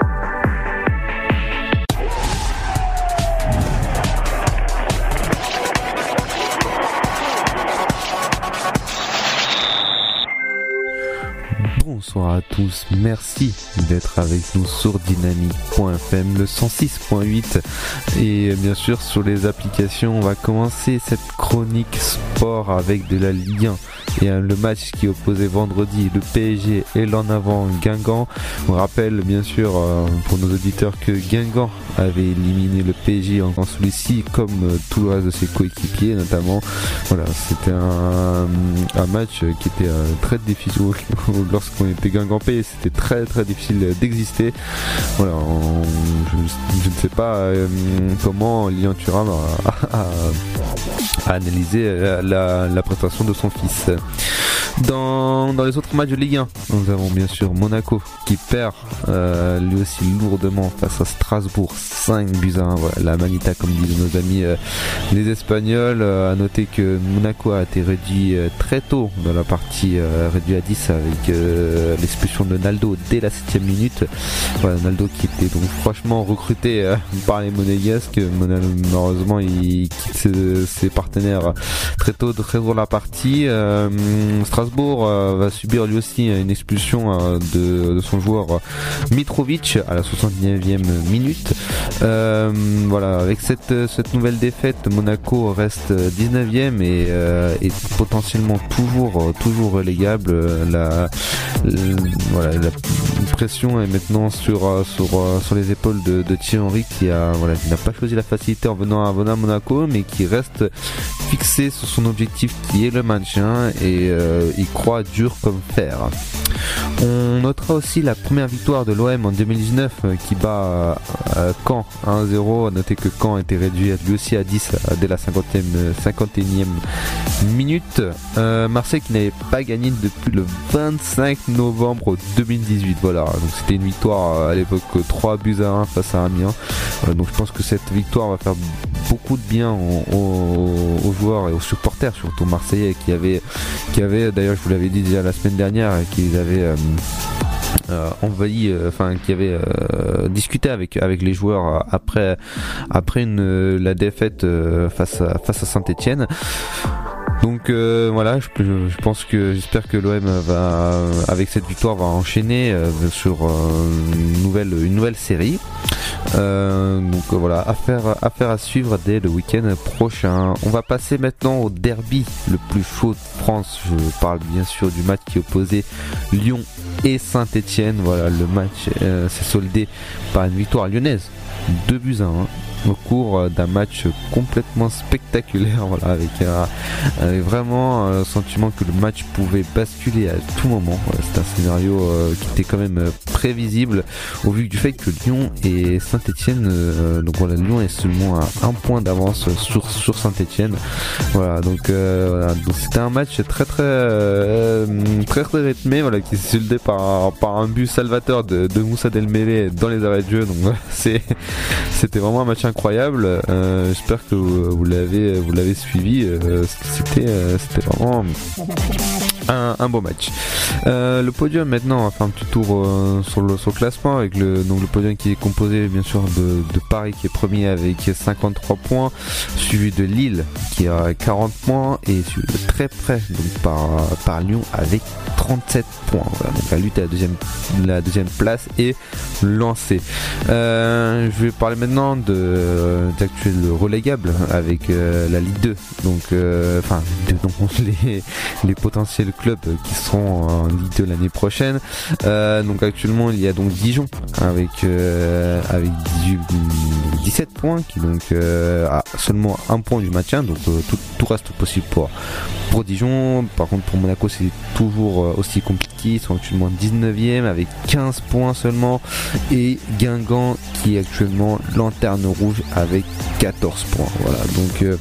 Bonsoir à tous, merci d'être avec nous sur dynamique.fm, le 106.8 et bien sûr sur les applications. On va commencer cette chronique sport avec de la Ligue 1 et le match qui opposait vendredi le PSG et l'en avant Guingamp. On rappelle bien sûr pour nos auditeurs que Guingamp avait éliminé le PSG en celui-ci comme tout le reste de ses coéquipiers notamment. Voilà, c'était un match qui était très difficile lorsqu'on était Guingampais, c'était très très difficile d'exister. Voilà, je ne sais pas comment Lilian Thuram a analysé la prestation de son fils. Dans les autres matchs de Ligue 1, nous avons bien sûr Monaco qui perd lui aussi lourdement face à Strasbourg, 5-1. Voilà, la manita comme disent nos amis les Espagnols. À noter que Monaco a été réduit très tôt dans la partie, réduit à 10 avec l'expulsion de Naldo dès la 7ème minute. Voilà, Naldo qui était donc franchement recruté par les Monégasques. Malheureusement il quitte ses partenaires très tôt dans la partie. Strasbourg va subir lui aussi une expulsion de son joueur Mitrovic à la 69e minute. Voilà, avec cette nouvelle défaite, Monaco reste 19e et potentiellement toujours relégable. La pression est maintenant sur les épaules de Thierry Henry qui n'a pas choisi la facilité en venant à Monaco, mais qui reste fixé sur son objectif qui est le maintien et il croit dur comme fer. On notera aussi la première victoire de l'OM en 2019 qui bat Caen 1-0. À noter que Caen était réduit lui aussi à 10 dès la 51e minute. Marseille qui n'avait pas gagné depuis le 25 novembre 2018. Voilà, donc c'était une victoire à l'époque 3-1 face à Amiens. Donc je pense que cette victoire va faire beaucoup de bien aux joueurs et aux supporters, surtout marseillais qui avaient d'ailleurs, je vous l'avais dit déjà la semaine dernière, qu'ils avaient qui avait discuté avec les joueurs après la défaite face à Saint-Etienne. Donc voilà, j'espère que l'OM va, avec cette victoire, va enchaîner sur une nouvelle série. Donc voilà, affaire à suivre dès le week-end prochain. On va passer maintenant au derby le plus chaud de France. Je parle bien sûr du match qui opposait Lyon et Saint-Etienne. Voilà, le match s'est soldé par une victoire lyonnaise, 2-1. au cours d'un match complètement spectaculaire, voilà, avec vraiment le sentiment que le match pouvait basculer à tout moment. Voilà, c'est un scénario qui était quand même prévisible au vu du fait que Lyon et Saint-Etienne, donc voilà, Lyon est seulement à 1 point d'avance sur Saint-Etienne. Voilà, donc c'était un match très rythmé, voilà, qui s'est soldé par un but salvateur de Moussa Dembélé dans les arrêts de jeu. Donc voilà, c'était vraiment un match incroyable. J'espère que vous l'avez suivi. C'était vraiment un beau match. Le podium maintenant, on va faire un petit tour sur le classement avec le podium qui est composé bien sûr de Paris qui est premier avec 53 points, suivi de Lille qui a 40 points et suivi de très près donc par Lyon avec 37 points. Voilà, donc la lutte à la deuxième place est lancée. Je vais parler maintenant d'actuels relégables avec la Ligue 2. Donc les potentiels clubs qui seront en Ligue 2 l'année prochaine. Donc actuellement il y a donc Dijon avec 17 points qui donc a seulement 1 point du maintien, donc tout reste possible pour Dijon. Par contre pour Monaco c'est toujours aussi compliqué, ils sont actuellement 19e avec 15 points seulement, et Guingamp qui est actuellement lanterne rouge avec 14 points. Voilà, donc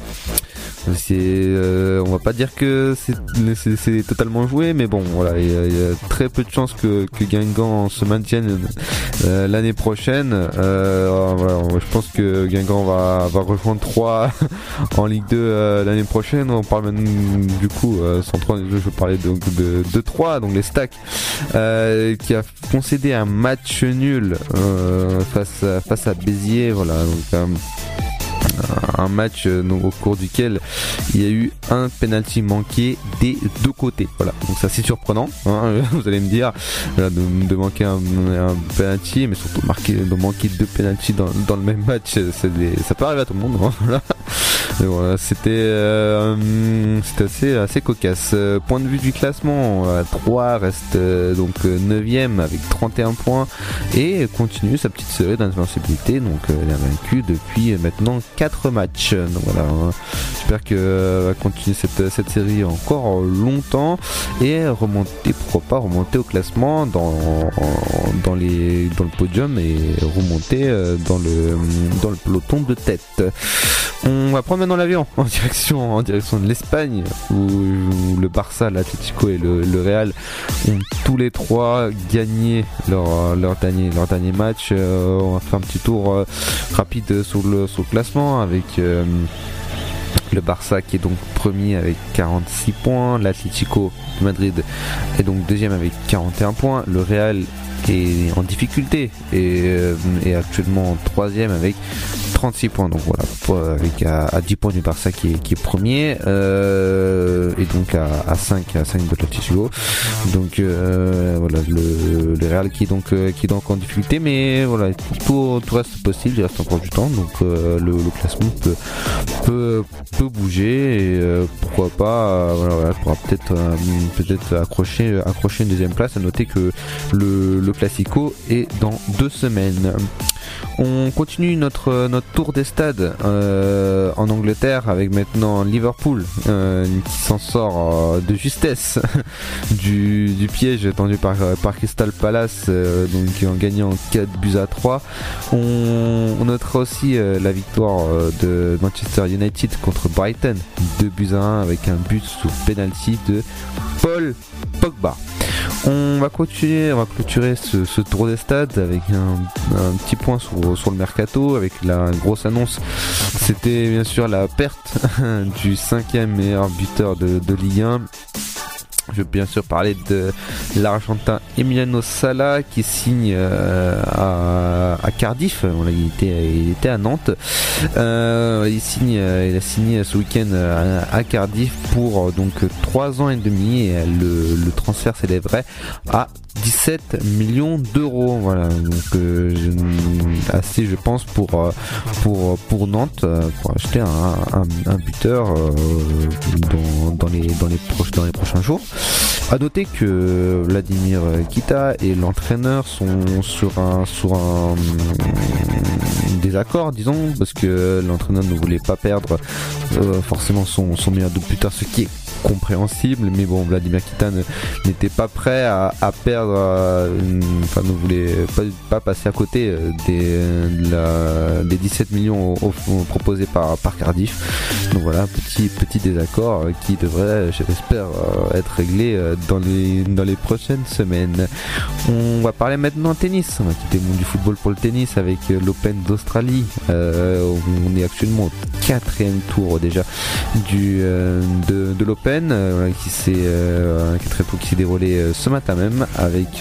on va pas dire que c'est totalement joué, mais bon voilà, il y a très peu de chances que Guingamp se maintienne l'année prochaine. Voilà, je pense que Guingamp va rejoindre 3 en Ligue 2 l'année prochaine. On parle même du coup sans 3, je parlais de 3, donc les Stacks qui a concédé un match nul face à Béziers. Voilà, donc un match au cours duquel il y a eu un penalty manqué des deux côtés. Voilà, donc c'est assez surprenant, hein, vous allez me dire, voilà, de manquer un penalty, mais surtout de manquer 2 penalty dans le même match, ça peut arriver à tout le monde, hein, voilà. Mais voilà, c'était assez cocasse. Point de vue du classement, 3 reste donc 9e avec 31 points et continue sa petite série d'invincibilité. Donc elle a vaincu depuis maintenant 4 matchs. Donc voilà, j'espère que va continuer cette série encore longtemps et pourquoi pas remonter au classement dans le podium et remonter dans le peloton de tête. On va prendre maintenant l'avion en direction de l'Espagne où le Barça, l'Atlético et le Real ont tous les 3 gagné leur dernier match. On va faire un petit tour rapide sur le classement avec le Barça qui est donc premier avec 46 points, l'Atlético de Madrid est donc deuxième avec 41 points, le Real est en difficulté et actuellement troisième avec 36 points, donc voilà, avec à 10 points du Barça qui est premier et donc à 5 de l'Atlético. Donc voilà, le Real qui est donc en difficulté, mais voilà, tout reste possible, il reste encore du temps, donc le classement peut bouger et pourquoi pas voilà, pourra peut-être accrocher une deuxième place. À noter que le Classico est dans 2 semaines. On continue notre tour des stades en Angleterre avec maintenant Liverpool qui s'en sort de justesse du piège tendu par Crystal Palace, donc en gagnant 4-3. On notera aussi la victoire de Manchester United contre Brighton 2-1 avec un but sous penalty de Paul Pogba. On va clôturer ce tour des stades avec un petit point sur le mercato, avec la grosse annonce. C'était bien sûr la perte du 5e meilleur buteur de Ligue 1. Je veux bien sûr parler de l'Argentin Emiliano Sala qui signe à Cardiff. Il était à Nantes. Il a signé ce week-end à Cardiff pour donc 3 ans et demi et le transfert s'élèverait à 17 millions d'euros. Voilà, donc assez, je pense, pour Nantes pour acheter un buteur dans les prochains jours. À noter que Vladimir Kita et l'entraîneur sont sur un désaccord, disons, parce que l'entraîneur ne voulait pas perdre forcément son meilleur buteur, ce qui est compréhensible, mais bon, Vladimir Kita n'était pas prêt à perdre, ne voulait pas passer à côté des 17 millions proposés par Cardiff. Donc voilà, petit désaccord qui devrait, j'espère, être réglé dans les prochaines semaines. On va parler maintenant tennis. On va quitter le monde du football pour le tennis avec l'Open d'Australie. On est actuellement au 4e tour déjà de l'Open. Qui s'est déroulé ce matin même avec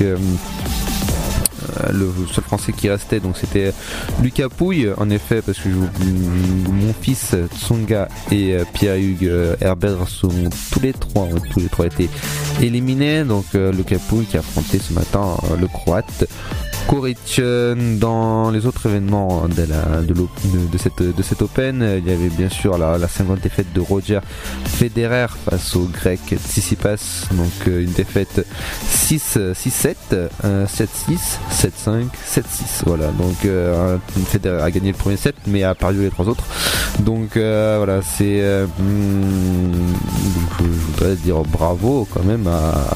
le seul français qui restait, donc c'était Lucas Pouille, en effet, parce que mon fils Tsonga et Pierre-Hugues Herbert sont tous les trois été éliminés. Donc Lucas Pouille qui a affronté ce matin le Croate Koric. Dans les autres événements de cette Open, il y avait bien sûr la 50e défaite de Roger Federer face au grec Tsitsipas, donc une défaite 6-7, 7-6, 7-5, 7-6, voilà, donc Federer a gagné le premier set mais a perdu les trois autres, donc voilà, c'est je voudrais dire bravo quand même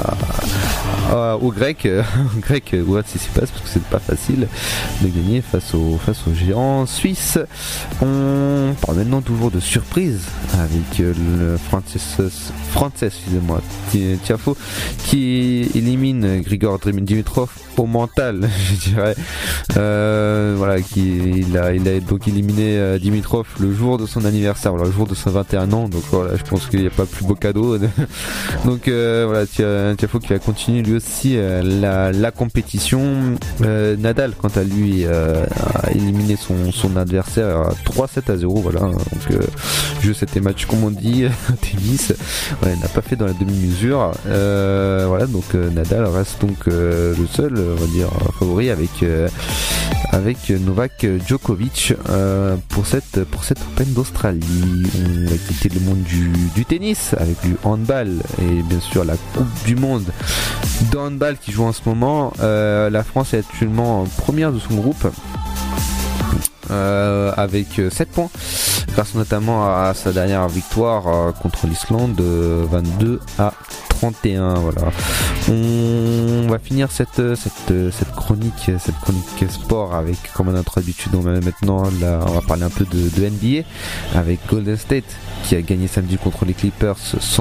au grec ou à Tsitsipas, parce que c'est pas facile de gagner face aux géants suisses. On parle maintenant toujours de surprise avec le Frances Tiafoe qui élimine Grigor Dimitrov au mental, je dirais. Voilà, il a donc éliminé Dimitrov le jour de son anniversaire, le jour de ses 21 ans. Donc voilà, je pense qu'il n'y a pas plus beau cadeau. Donc voilà, Tiafoe qui va continuer lui aussi la compétition. Nadal, quant à lui, a éliminé son adversaire 3-7-0. Voilà, donc jeu c'était match comme on dit, tennis. Ouais, il n'a pas fait dans la demi-mesure. Voilà, donc Nadal reste donc le seul, on va dire, favori avec Novak Djokovic pour cette Open d'Australie. On va quitter le monde du tennis avec du handball et bien sûr la Coupe du Monde de handball qui joue en ce moment. La France est actuellement première de son groupe avec 7 points grâce notamment à sa dernière victoire contre l'Islande 22-31. Voilà. On va finir cette chronique sport avec, comme à notre habitude, on va parler un peu de NBA avec Golden State qui a gagné samedi contre les Clippers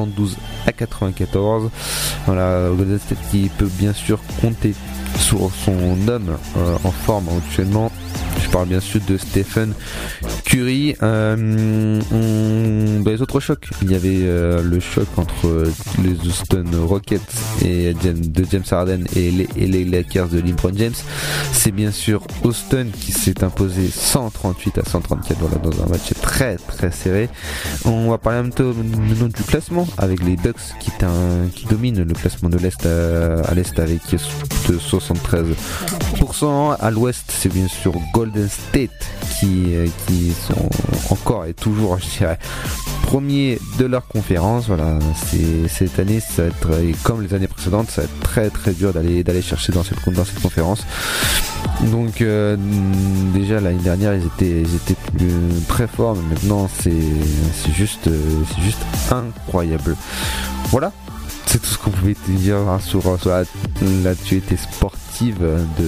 112-94. Voilà, Golden State qui peut bien sûr compter sur son homme en forme actuellement. Je parle bien sûr de Stephen Curry. Dans les autres chocs, il y avait le choc entre les Houston Rockets de James Harden et les Lakers de LeBron James. C'est bien sûr Houston qui s'est imposé 138-134, voilà, dans un match très très serré. On va parler un peu maintenant du classement avec les Bucks qui dominent le classement de l'Est à l'Est avec de 73%. À l'Ouest, c'est bien sûr Golden State qui sont encore et toujours, je dirais, premiers de leur conférence. Voilà, cette année ça va être, et comme les années précédentes, ça va être très très dur d'aller chercher dans cette conférence. Donc déjà l'année dernière ils étaient très forts, mais maintenant c'est juste incroyable. Voilà, c'est tout ce qu'on pouvait te dire sur l'actualité sportive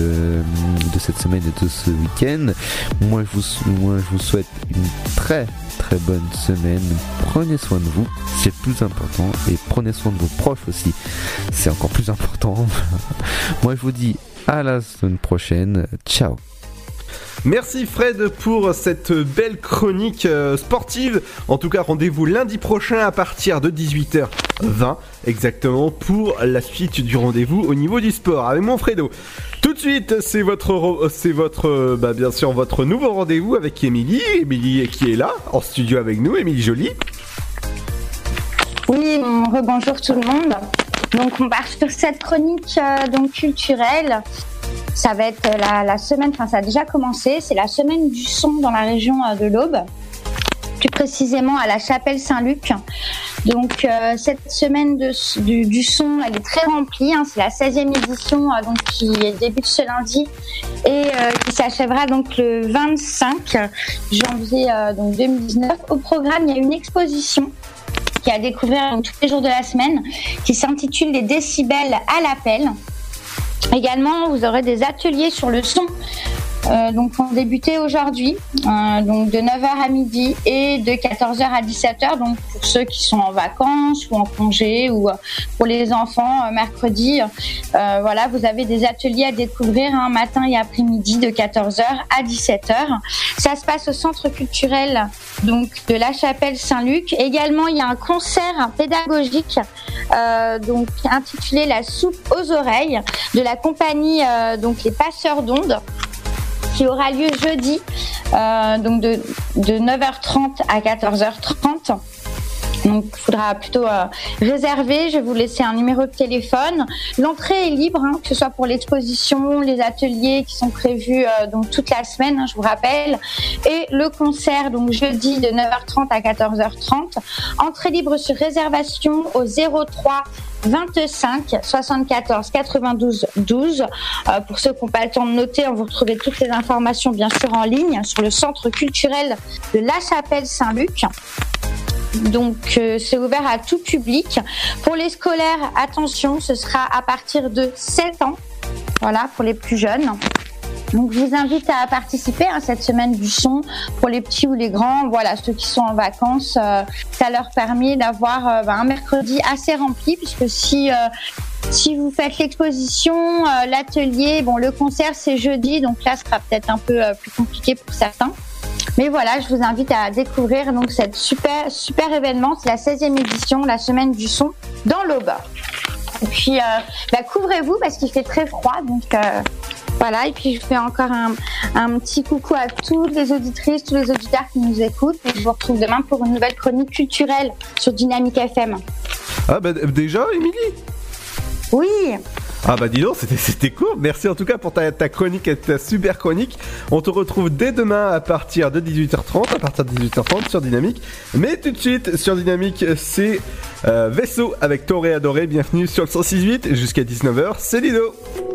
de cette semaine et de ce week-end. Moi je vous souhaite une très très bonne semaine. Prenez soin de vous, c'est le plus important, et prenez soin de vos proches aussi, c'est encore plus important. Moi je vous dis à la semaine prochaine. Ciao. Merci Fred pour cette belle chronique sportive. En tout cas, rendez-vous lundi prochain à partir de 18h20 exactement pour la suite du rendez-vous au niveau du sport avec mon Fredo. Tout de suite, c'est bien sûr votre nouveau rendez-vous avec Émilie qui est là en studio avec nous. Émilie Joly. Oui, rebonjour tout le monde. Donc on part sur cette chronique donc culturelle. Ça va être la semaine, enfin ça a déjà commencé, c'est la semaine du son dans la région de l'Aube, plus précisément à la chapelle Saint-Luc. Donc cette semaine du son, elle est très remplie, hein, c'est la 16e édition donc qui débute ce lundi et qui s'achèvera donc le 25 janvier donc 2019. Au programme, il y a une exposition qui est à découvrir donc, tous les jours de la semaine, qui s'intitule Les décibels à l'appel. Également, vous aurez des ateliers sur le son. Donc vont débuter aujourd'hui, donc de 9h à midi et de 14h à 17h. Donc pour ceux qui sont en vacances ou en congé ou pour les enfants mercredi, voilà, vous avez des ateliers à découvrir matin et après-midi de 14h à 17h. Ça se passe au centre culturel donc de la chapelle Saint-Luc. Également, il y a un concert pédagogique donc intitulé La soupe aux oreilles de la compagnie donc les Passeurs d'ondes, qui aura lieu jeudi, donc de 9h30 à 14h30. Donc, il faudra plutôt réserver. Je vais vous laisser un numéro de téléphone. L'entrée est libre, hein, que ce soit pour l'exposition, les ateliers qui sont prévus donc toute la semaine, hein, je vous rappelle. Et le concert, donc jeudi de 9h30 à 14h30. Entrée libre sur réservation au 03 25 74 92 12. Pour ceux qui n'ont pas le temps de noter, vous retrouvez toutes les informations bien sûr en ligne sur le centre culturel de la chapelle Saint-Luc. Donc c'est ouvert à tout public. Pour les scolaires, attention, ce sera à partir de 7 ans. Voilà, pour les plus jeunes. Donc je vous invite à participer à cette semaine du son pour les petits ou les grands. Voilà, ceux qui sont en vacances, ça leur permet d'avoir un mercredi assez rempli, puisque si vous faites l'exposition, l'atelier, le concert c'est jeudi, donc là ce sera peut-être un peu plus compliqué pour certains. Mais voilà, je vous invite à découvrir donc cette super événement. C'est la 16e édition, la semaine du son dans l'Aube. Et puis couvrez-vous parce qu'il fait très froid, donc voilà. Et puis je fais encore un petit coucou à toutes les auditrices, tous les auditeurs qui nous écoutent. Et je vous retrouve demain pour une nouvelle chronique culturelle sur Dynamique FM. Ah déjà, Émilie ? Oui. Ah dis donc, c'était court. Merci en tout cas pour ta chronique et ta super chronique. On te retrouve dès demain à partir de 18h30 sur Dynamique. Mais tout de suite sur Dynamique, c'est Vaisseau avec Toréadoré. Bienvenue sur le 106.8 jusqu'à 19h. C'est Lido.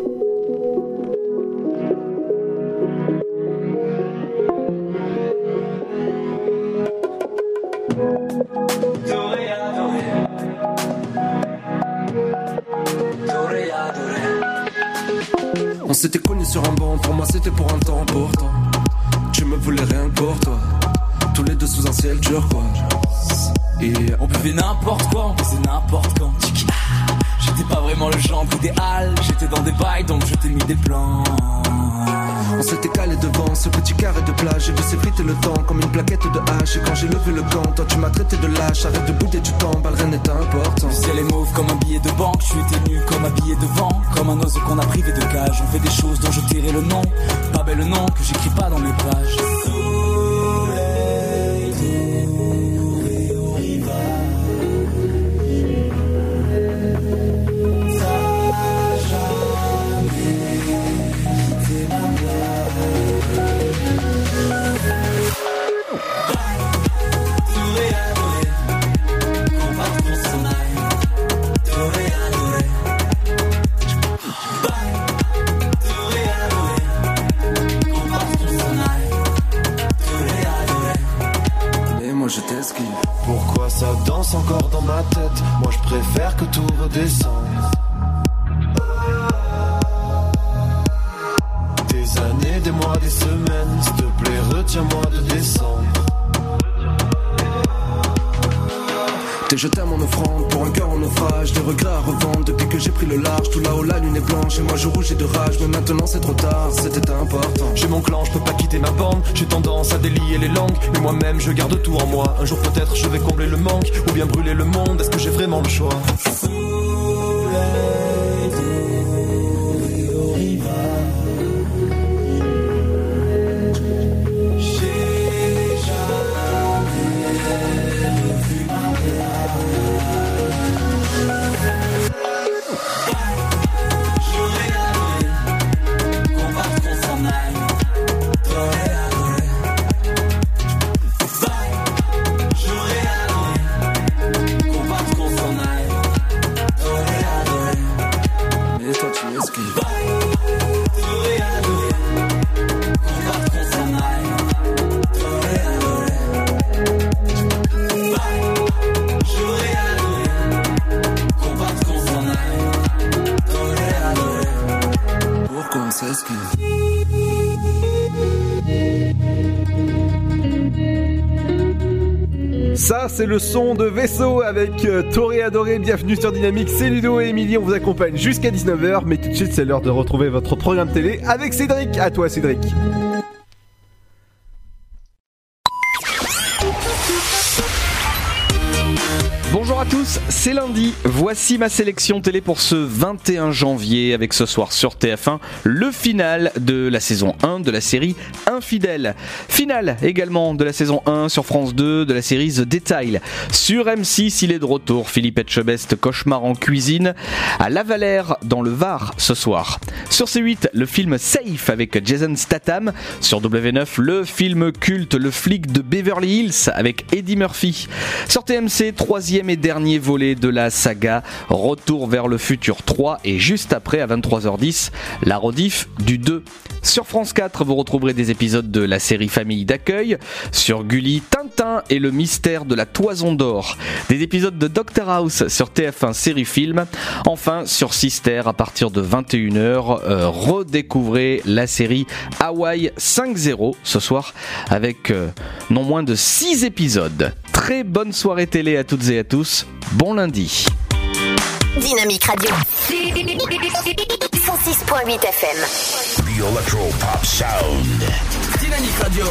On s'était connus sur un banc, pour moi c'était pour un temps pourtant. Tu me voulais rien que pour toi, tous les deux sous un ciel turquoise. Et on buvait n'importe quoi, on faisait n'importe quand. J'étais pas vraiment le genre idéal, j'étais dans des bails donc je t'ai mis des plans. On s'était calé devant ce petit carré de plage. J'ai vu s'effriter le temps comme une plaquette de hache. Et quand j'ai levé le camp, toi tu m'as traité de lâche. Arrête de bouder du temps, rien n'est important. Le ciel est mauve comme un billet de banque. Je suis nu comme un billet de vent, comme un oiseau qu'on a privé de cage. On fait des choses dont je tairai le nom, pas bel nom que j'écris pas dans mes pages. Pourquoi ça danse encore dans ma tête? Moi je préfère que tout redescende. Des années, des mois, des semaines, s'il te plaît retiens-moi de décembre. T'es jeté à mon offrande pour un cœur en naufrage. Des regrets à revendre depuis que j'ai pris le large. Tout là-haut la lune est blanche et moi je rougis de rage. Mais maintenant c'est trop tard, c'était important. J'ai mon clan, je peux pas quitter ma bande. J'ai tendance à délier les langues, mais moi-même je garde tout en moi. Un jour peut-être je vais combler le manque ou bien brûler le monde. Est-ce que j'ai vraiment le choix? Ça, c'est le son de Vaisseau avec Toréadoré. Bienvenue sur Dynamique. C'est Ludo et Émilie. On vous accompagne jusqu'à 19h. Mais tout de suite, c'est l'heure de retrouver votre programme télé avec Cédric. À toi, Cédric. Bonjour à tous, c'est lundi. Voici ma sélection télé pour ce 21 janvier avec ce soir sur TF1 le final de la saison 1 de la série Infidèles. Finale également de la saison 1 sur France 2 de la série The Detail. Sur M6, il est de retour. Philippe Etchebest, Cauchemar en cuisine à La Valère dans le Var ce soir. Sur C8, le film Safe avec Jason Statham. Sur W9, le film culte Le flic de Beverly Hills avec Eddie Murphy. Sur TMC, troisième et dernier volet de la saga Retour vers le futur 3 et juste après à 23h10 la rediff du 2. Sur France 4 vous retrouverez des épisodes de la série Famille d'accueil. Sur Gulli, Tintin et le mystère de la toison d'or. Des épisodes de Doctor House sur TF1 série film. Enfin sur Sister à partir de 21h redécouvrez la série Hawaii 5-0 ce soir avec non moins de 6 épisodes. Très bonne soirée télé à toutes et à tous. Bon lundi. Dynamique Radio. 106.8 FM. The Electro Pop Sound. Dynamique Radio.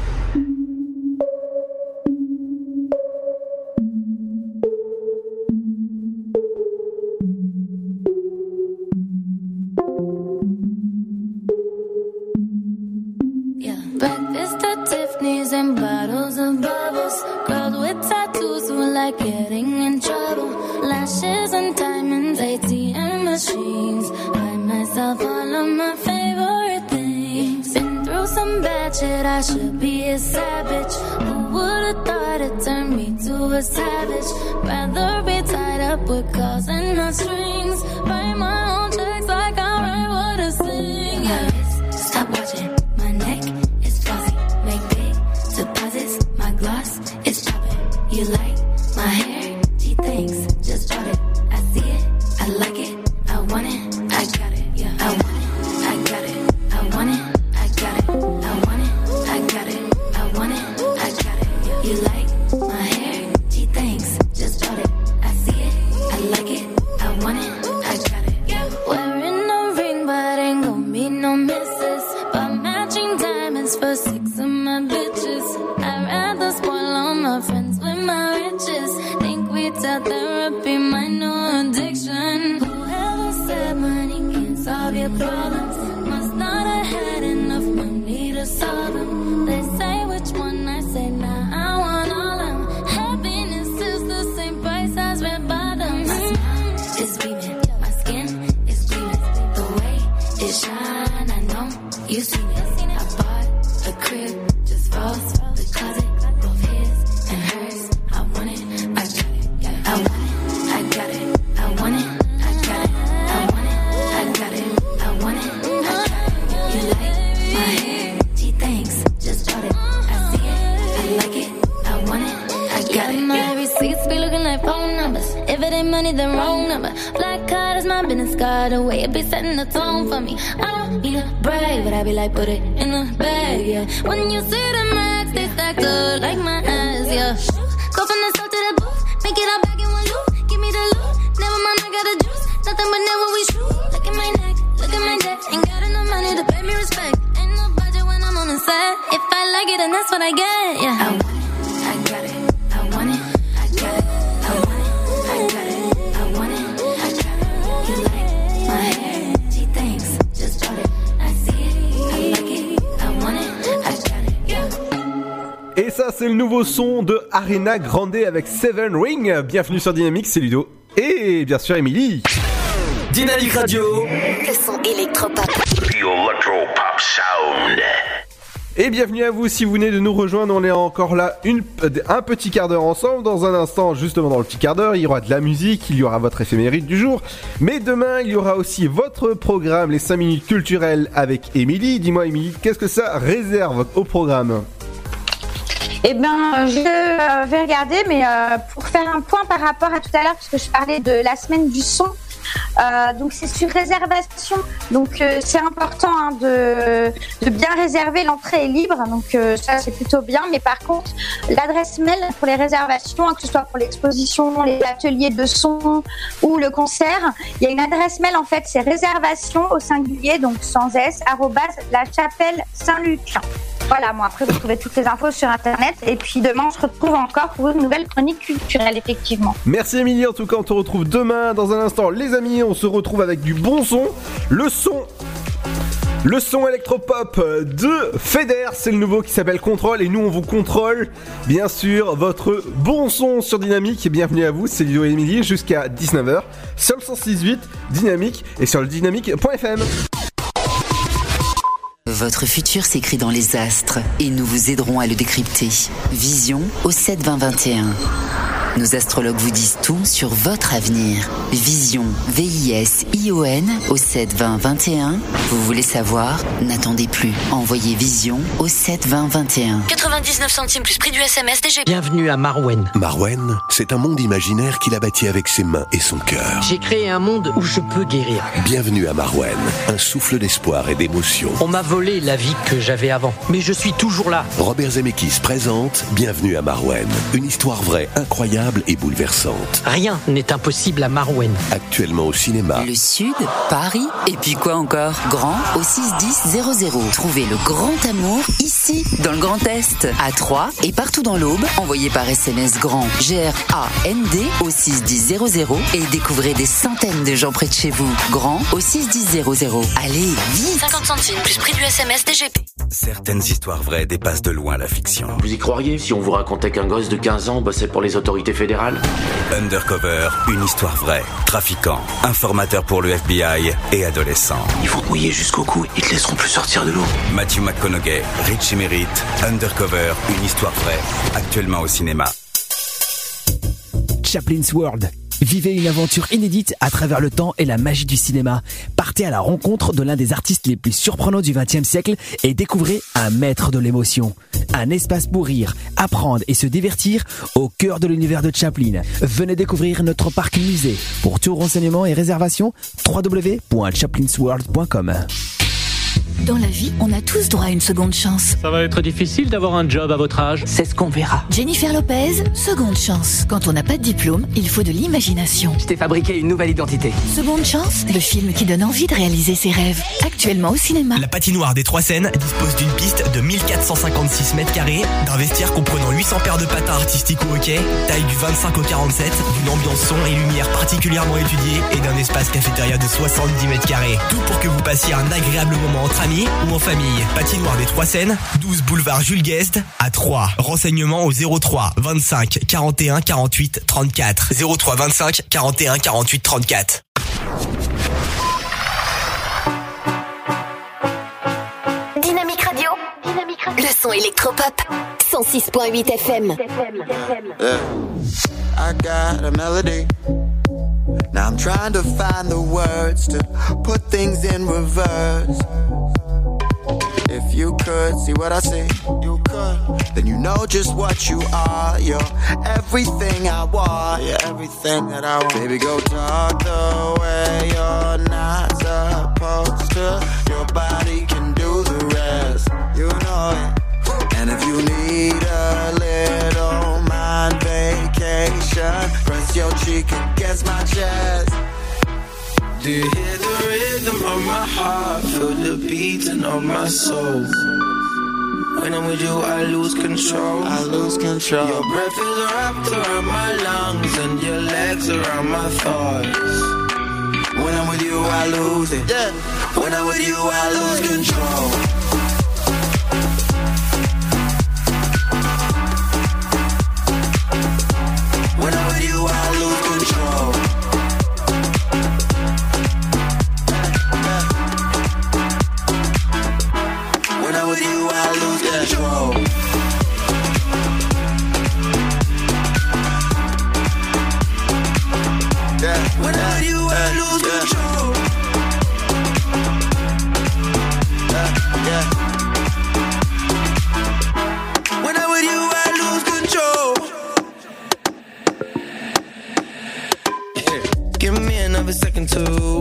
Breakfast at Tiffany's and bottles of bubbles. Girls with tattoos who like getting in trouble. Lashes and diamonds, ATM machines. Buy myself all of my favorite things. Been through some bad shit, I should be a savage. Who would've thought it turned me to a savage? Rather be tied up with calls and not strings. Write my own checks like I write what I sing. Yeah. Stop watching. You like my hair? She thinks, just bought it. I see it, I like it, I want it, I got it. Yeah, I want it, I got it, I want it, I got it, I want it, I got it, I want it, I got it. Yeah. You like my hair? She thinks, just bought it. I see it, I like it, I want it, I got it. Yeah. Wearing a ring, but ain't gon' be no misses. But matching diamonds for 6 of my bitches. I'd rather spoil all my friends with my riches. Think retail therapy, my new addiction. Whoever said money can solve your problems must not have had enough money to solve them. They say which one, I say nah, I want all of them. Happiness is the same price as red bottoms. My smile is beaming, my skin is gleaming. The way it shine, I know you've seen it. I bought a crib just for us. The closet, both his and hers. I want it, I got it. I want it, I got it. I want it, I got it. I want it, I got it. I want it, I got it. You like my hair? She thinks, just bought it. I see it, I like it. I want it, I got it. My receipts be looking like phone numbers. If it ain't money, then wrong number. Black card is my business card. The way it be setting the tone for me. I don't need a brag, but I be like, put it in the bag, yeah. When you see the max, they stack up like my ass, yeah. Go from the south to the booth, make it all back in one loop. Give me the loot, never mind, I got the juice. Nothing but never we shoot. Look at my neck, look at my neck. Ain't got enough money to pay me respect. Ain't no budget when I'm on the set. If I like it, then that's what I get, yeah. I want it, I got it. I want it, I got it. I want it, I got it. I want it, I got it. You like my hair? She thinks, just bought it. I see it, I like it. I want it, I got it, yeah. Et ça, c'est le nouveau son de Ariana Grande avec Seven Ring. Bienvenue sur Dynamique, c'est Ludo. Et bien sûr, Émilie. Dynamique Radio. Le son électropop. The Electro Pop Sound. Et bienvenue à vous si vous venez de nous rejoindre. On est encore là un petit quart d'heure ensemble. Dans un instant, justement dans le petit quart d'heure, il y aura de la musique, il y aura votre éphéméride du jour. Mais demain, il y aura aussi votre programme, les 5 minutes culturelles avec Émilie. Dis-moi Émilie, qu'est-ce que ça réserve au programme ? Eh bien, je vais regarder, mais pour faire un point par rapport à tout à l'heure, parce que je parlais de la semaine du son, Donc c'est sur réservation, donc c'est important de bien réserver, l'entrée est libre, donc ça c'est plutôt bien, mais par contre l'adresse mail pour les réservations, que ce soit pour l'exposition, les ateliers de son ou le concert, il y a une adresse mail en fait, c'est réservation au singulier, donc sans S, @lachapelle-Saint-Luc. Voilà, moi après vous trouvez toutes les infos sur internet et puis demain on se retrouve encore pour une nouvelle chronique culturelle effectivement. Merci Émilie, en tout cas on te retrouve demain dans un instant. Les amis, on se retrouve avec du bon son, le son électropop de Feder, c'est le nouveau qui s'appelle Contrôle et nous on vous contrôle bien sûr votre bon son sur Dynamique. Bienvenue à vous, c'est Ludo et Émilie jusqu'à 19h sur le 106.8 Dynamique et sur le dynamique.fm. Votre futur s'écrit dans les astres et nous vous aiderons à le décrypter. Vision au 7-20-21. Nos astrologues vous disent tout sur votre avenir. Vision, V-I-S-I-O-N au 7-20-21. Vous voulez savoir? N'attendez plus. Envoyez Vision au 7-20-21. 99 centimes plus prix du SMS DG. Bienvenue à Marwen. Marwen, c'est un monde imaginaire qu'il a bâti avec ses mains et son cœur. J'ai créé un monde où je peux guérir. Bienvenue à Marwen, un souffle d'espoir et d'émotion. On m'a volé la vie que j'avais avant, mais je suis toujours là. Robert Zemeckis présente Bienvenue à Marwen, une histoire vraie, incroyable et bouleversante. Rien n'est impossible à Marwen. Actuellement au cinéma. Le Sud, Paris, et puis quoi encore? Grand au 61000. Trouvez le grand amour ici, dans le Grand Est, à Troyes et partout dans l'Aube. Envoyez par SMS grand GRAND au 61000 et découvrez des centaines de gens près de chez vous. Grand au 61000. Allez, vite! 50 centimes plus prix du SMS DGP. Certaines histoires vraies dépassent de loin la fiction. Vous y croiriez si on vous racontait qu'un gosse de 15 ans bossait pour les autorités fédérales? Undercover, une histoire vraie. Trafiquant, informateur pour le FBI et adolescent. Ils vont te mouiller jusqu'au cou, ils te laisseront plus sortir de l'eau. Matthew McConaughey, Rich Emerit, Undercover, une histoire vraie. Actuellement au cinéma. Chaplin's World. Vivez une aventure inédite à travers le temps et la magie du cinéma. Partez à la rencontre de l'un des artistes les plus surprenants du XXe siècle et découvrez un maître de l'émotion. Un espace pour rire, apprendre et se divertir au cœur de l'univers de Chaplin. Venez découvrir notre parc musée. Pour tout renseignement et réservation, www.chaplinsworld.com. Dans la vie, on a tous droit à une seconde chance. Ça va être difficile d'avoir un job à votre âge. C'est ce qu'on verra. Jennifer Lopez, seconde chance. Quand on n'a pas de diplôme, il faut de l'imagination. Je t'ai fabriqué une nouvelle identité. Seconde chance, le film qui donne envie de réaliser ses rêves. Actuellement au cinéma. La patinoire des Trois Seines dispose d'une piste de 1456 mètres carrés, d'un vestiaire comprenant 800 paires de patins artistiques au hockey, taille du 25 au 47, d'une ambiance son et lumière particulièrement étudiée et d'un espace cafétéria de 70 mètres carrés. Tout pour que vous passiez un agréable moment entre amis ou en famille. Patinoire des Trois Seines, 12 boulevard Jules Guest à Troyes. Renseignements au 03 25 41 48 34. 03 25 41 48 34. Dynamique Radio. Le son électropop. 106.8 FM. I got a melody. Now I'm trying to find the words to put things in reverse. If you could see what I see, you could. Then you know just what you are. You're everything I want. You're everything that I want. Baby, go talk the way you're not supposed to. Your body can do the rest. You know it. And if you need a little mind vacation, press your cheek against my chest. Do you hear the rhythm of my heart? Feel the beating of my soul. When I'm with you, I lose control. I lose control. Your breath is wrapped around my lungs and your legs around my thighs. When I'm with you, I lose it. Yeah. When I'm with you, I lose control. When I'm with you, I lose control. When I'm with you, I lose control. Yeah. When I'm with you, I lose control. Yeah. When I'm with you, I lose control. Give me another second to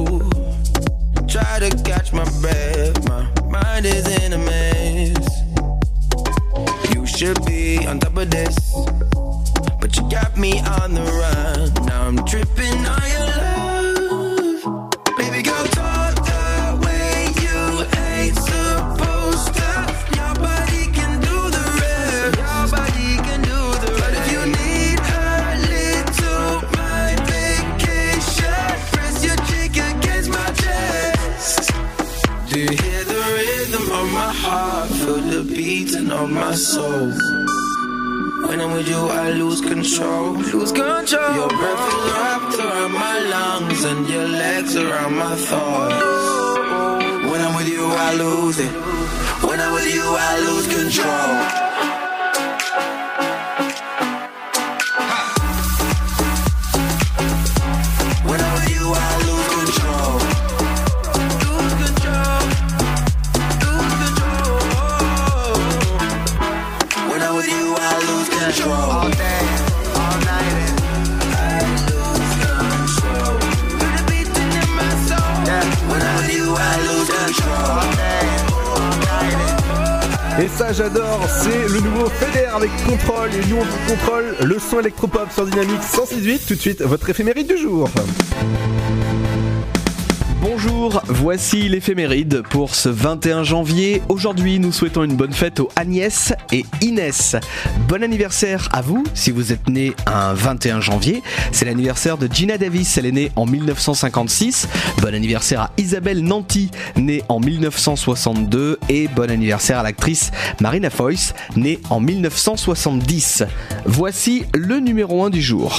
on top of this. But you got me on the run. Now I'm tripping on your love. Baby girl, talk the way you ain't supposed to. Your body can do the rest. Your body can do the rest. But if you need a little mind vacation, press your cheek against my chest. Do you hear the rhythm of my heart? Feel the beating of my soul. When I'm with you, I lose control. Lose control. Your breath is wrapped around my lungs and your legs around my thighs. When I'm with you, I lose it. When I'm with you, I lose control. When I'm with you, I lose control. Lose control. Lose control. When I'm with you, I lose control. All day, all night, I lose control. Feel the beating in my soul. Yeah. When I'm with you, I lose control. All day, all night. Et ça j'adore, c'est le nouveau Feder avec Contrôle. Et nous on vous contrôle le son électropop sur Dynamique 106.8. Tout de suite votre éphéméride du jour. Bonjour, voici l'éphéméride pour ce 21 janvier. Aujourd'hui, nous souhaitons une bonne fête aux Agnès et Inès. Bon anniversaire à vous si vous êtes né un 21 janvier. C'est l'anniversaire de Gina Davis, elle est née en 1956. Bon anniversaire à Isabelle Nanty, née en 1962. Et bon anniversaire à l'actrice Marina Foïs, née en 1970. Voici le numéro 1 du jour.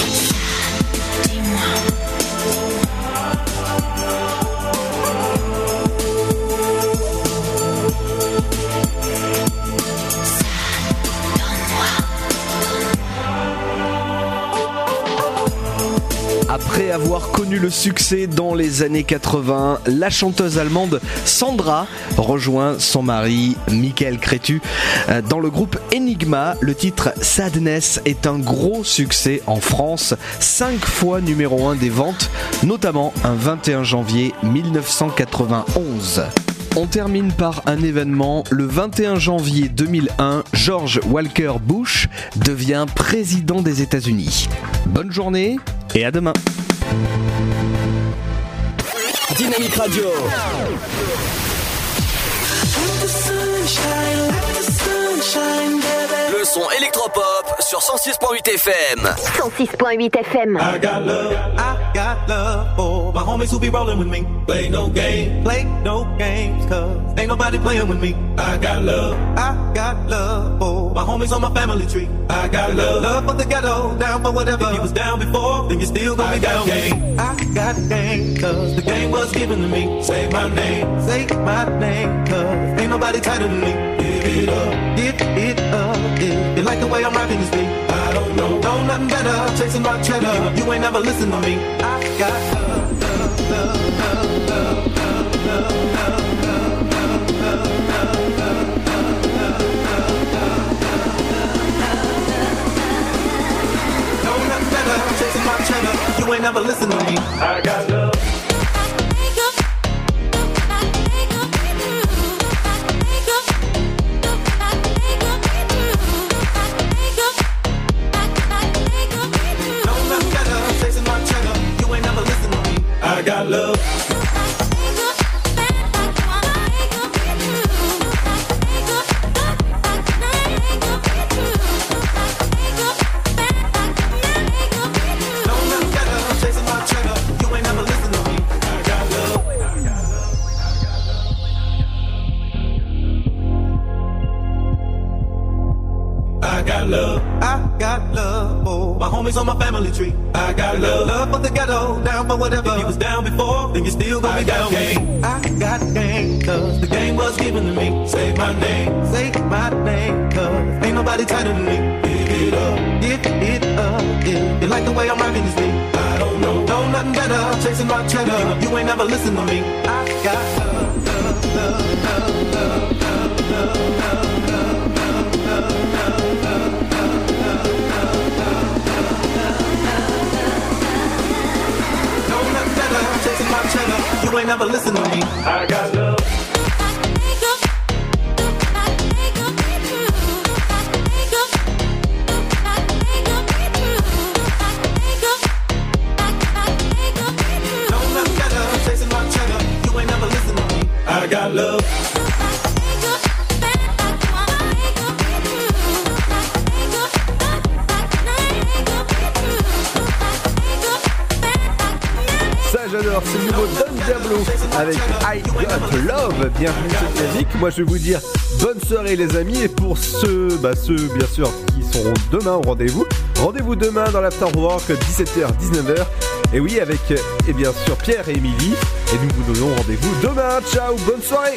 Après avoir connu le succès dans les années 80, la chanteuse allemande Sandra rejoint son mari Michael Cretu dans le groupe Enigma. Le titre Sadness est un gros succès en France, 5 fois numéro 1 des ventes, notamment un 21 janvier 1991. On termine par un événement. Le 21 janvier 2001, George Walker Bush devient président des États-Unis. Bonne journée et à demain. Dynamique Radio. Le son électropop sur 106.8 FM. 106.8 FM. I got love for my homies who be rolling with me. Play no games, cause ain't nobody playing with me. I got love for my homies on my family tree. I got love for the ghetto, down for whatever. If you was down before, then you still gonna be down. I got game, cause the game was given to me. Say my name, cause ain't nobody tighter than me. Give it up, if you like the way I'm rocking this beat. I don't know nothing better, chasing my cheddar. You ain't never listen to me. I got love. Know nothing better, chasing my cheddar. You ain't never listen to me. I got love. I got love. I got love for my homies on my family tree. I got love for the ghetto, down for whatever. If you was down before, then you still gonna be down. I got game, cause the game was given to me. Say my name, cause ain't nobody tighter than me. Give it up, if you like the way I'm rocking this beat. I don't know nothing better, chasing my cheddar. You ain't never listen to me. I got love. Chasing my cheddar, you ain't never listen to me. I got love. Diablo avec I Got Love. Bienvenue sur Dynamique. Moi je vais vous dire bonne soirée les amis, et pour ceux bien sûr qui seront demain au rendez-vous demain dans l'Afterwork 17h 19h, et oui avec et bien sûr Pierre et Émilie, et nous vous donnons rendez-vous demain. Ciao, bonne soirée.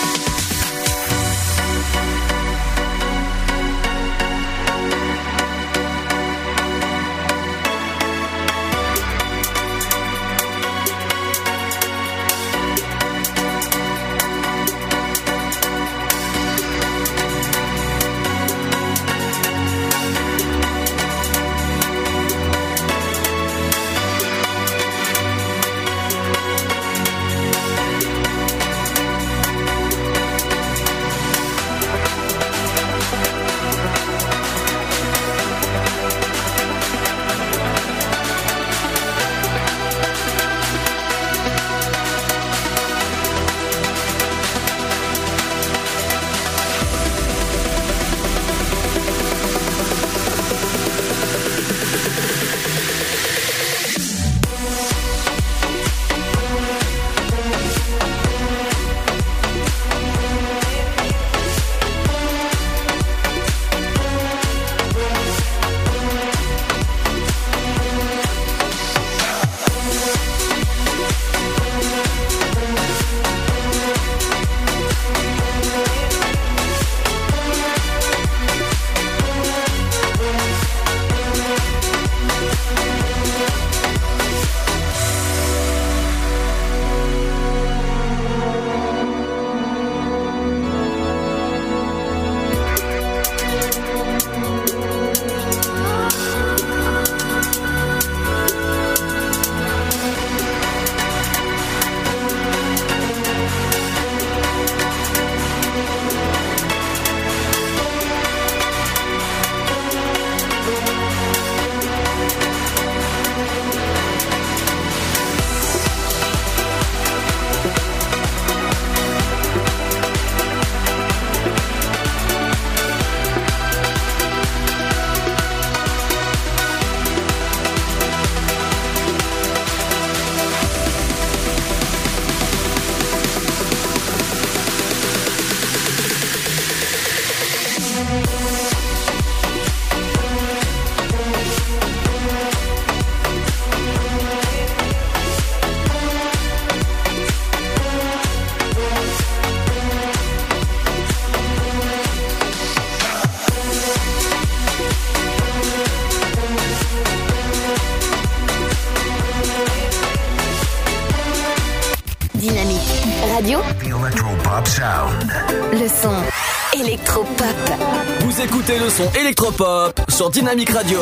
Radio. The Electropop Sound. Le son électropop. Vous écoutez le son électropop sur Dynamique Radio.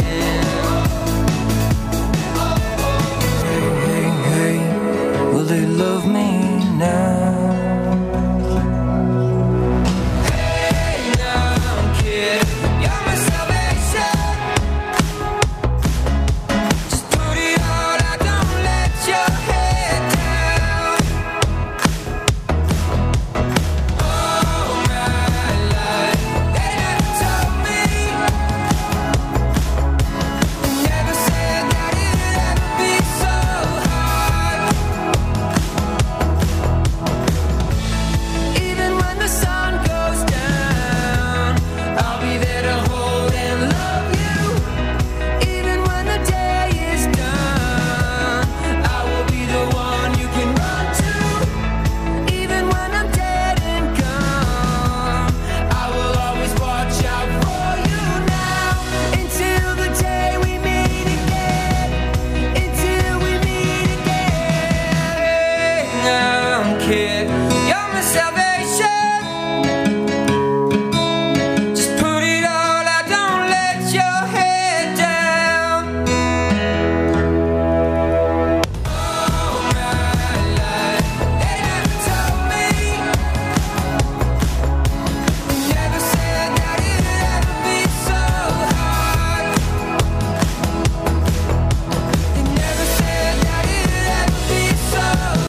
Will they love me.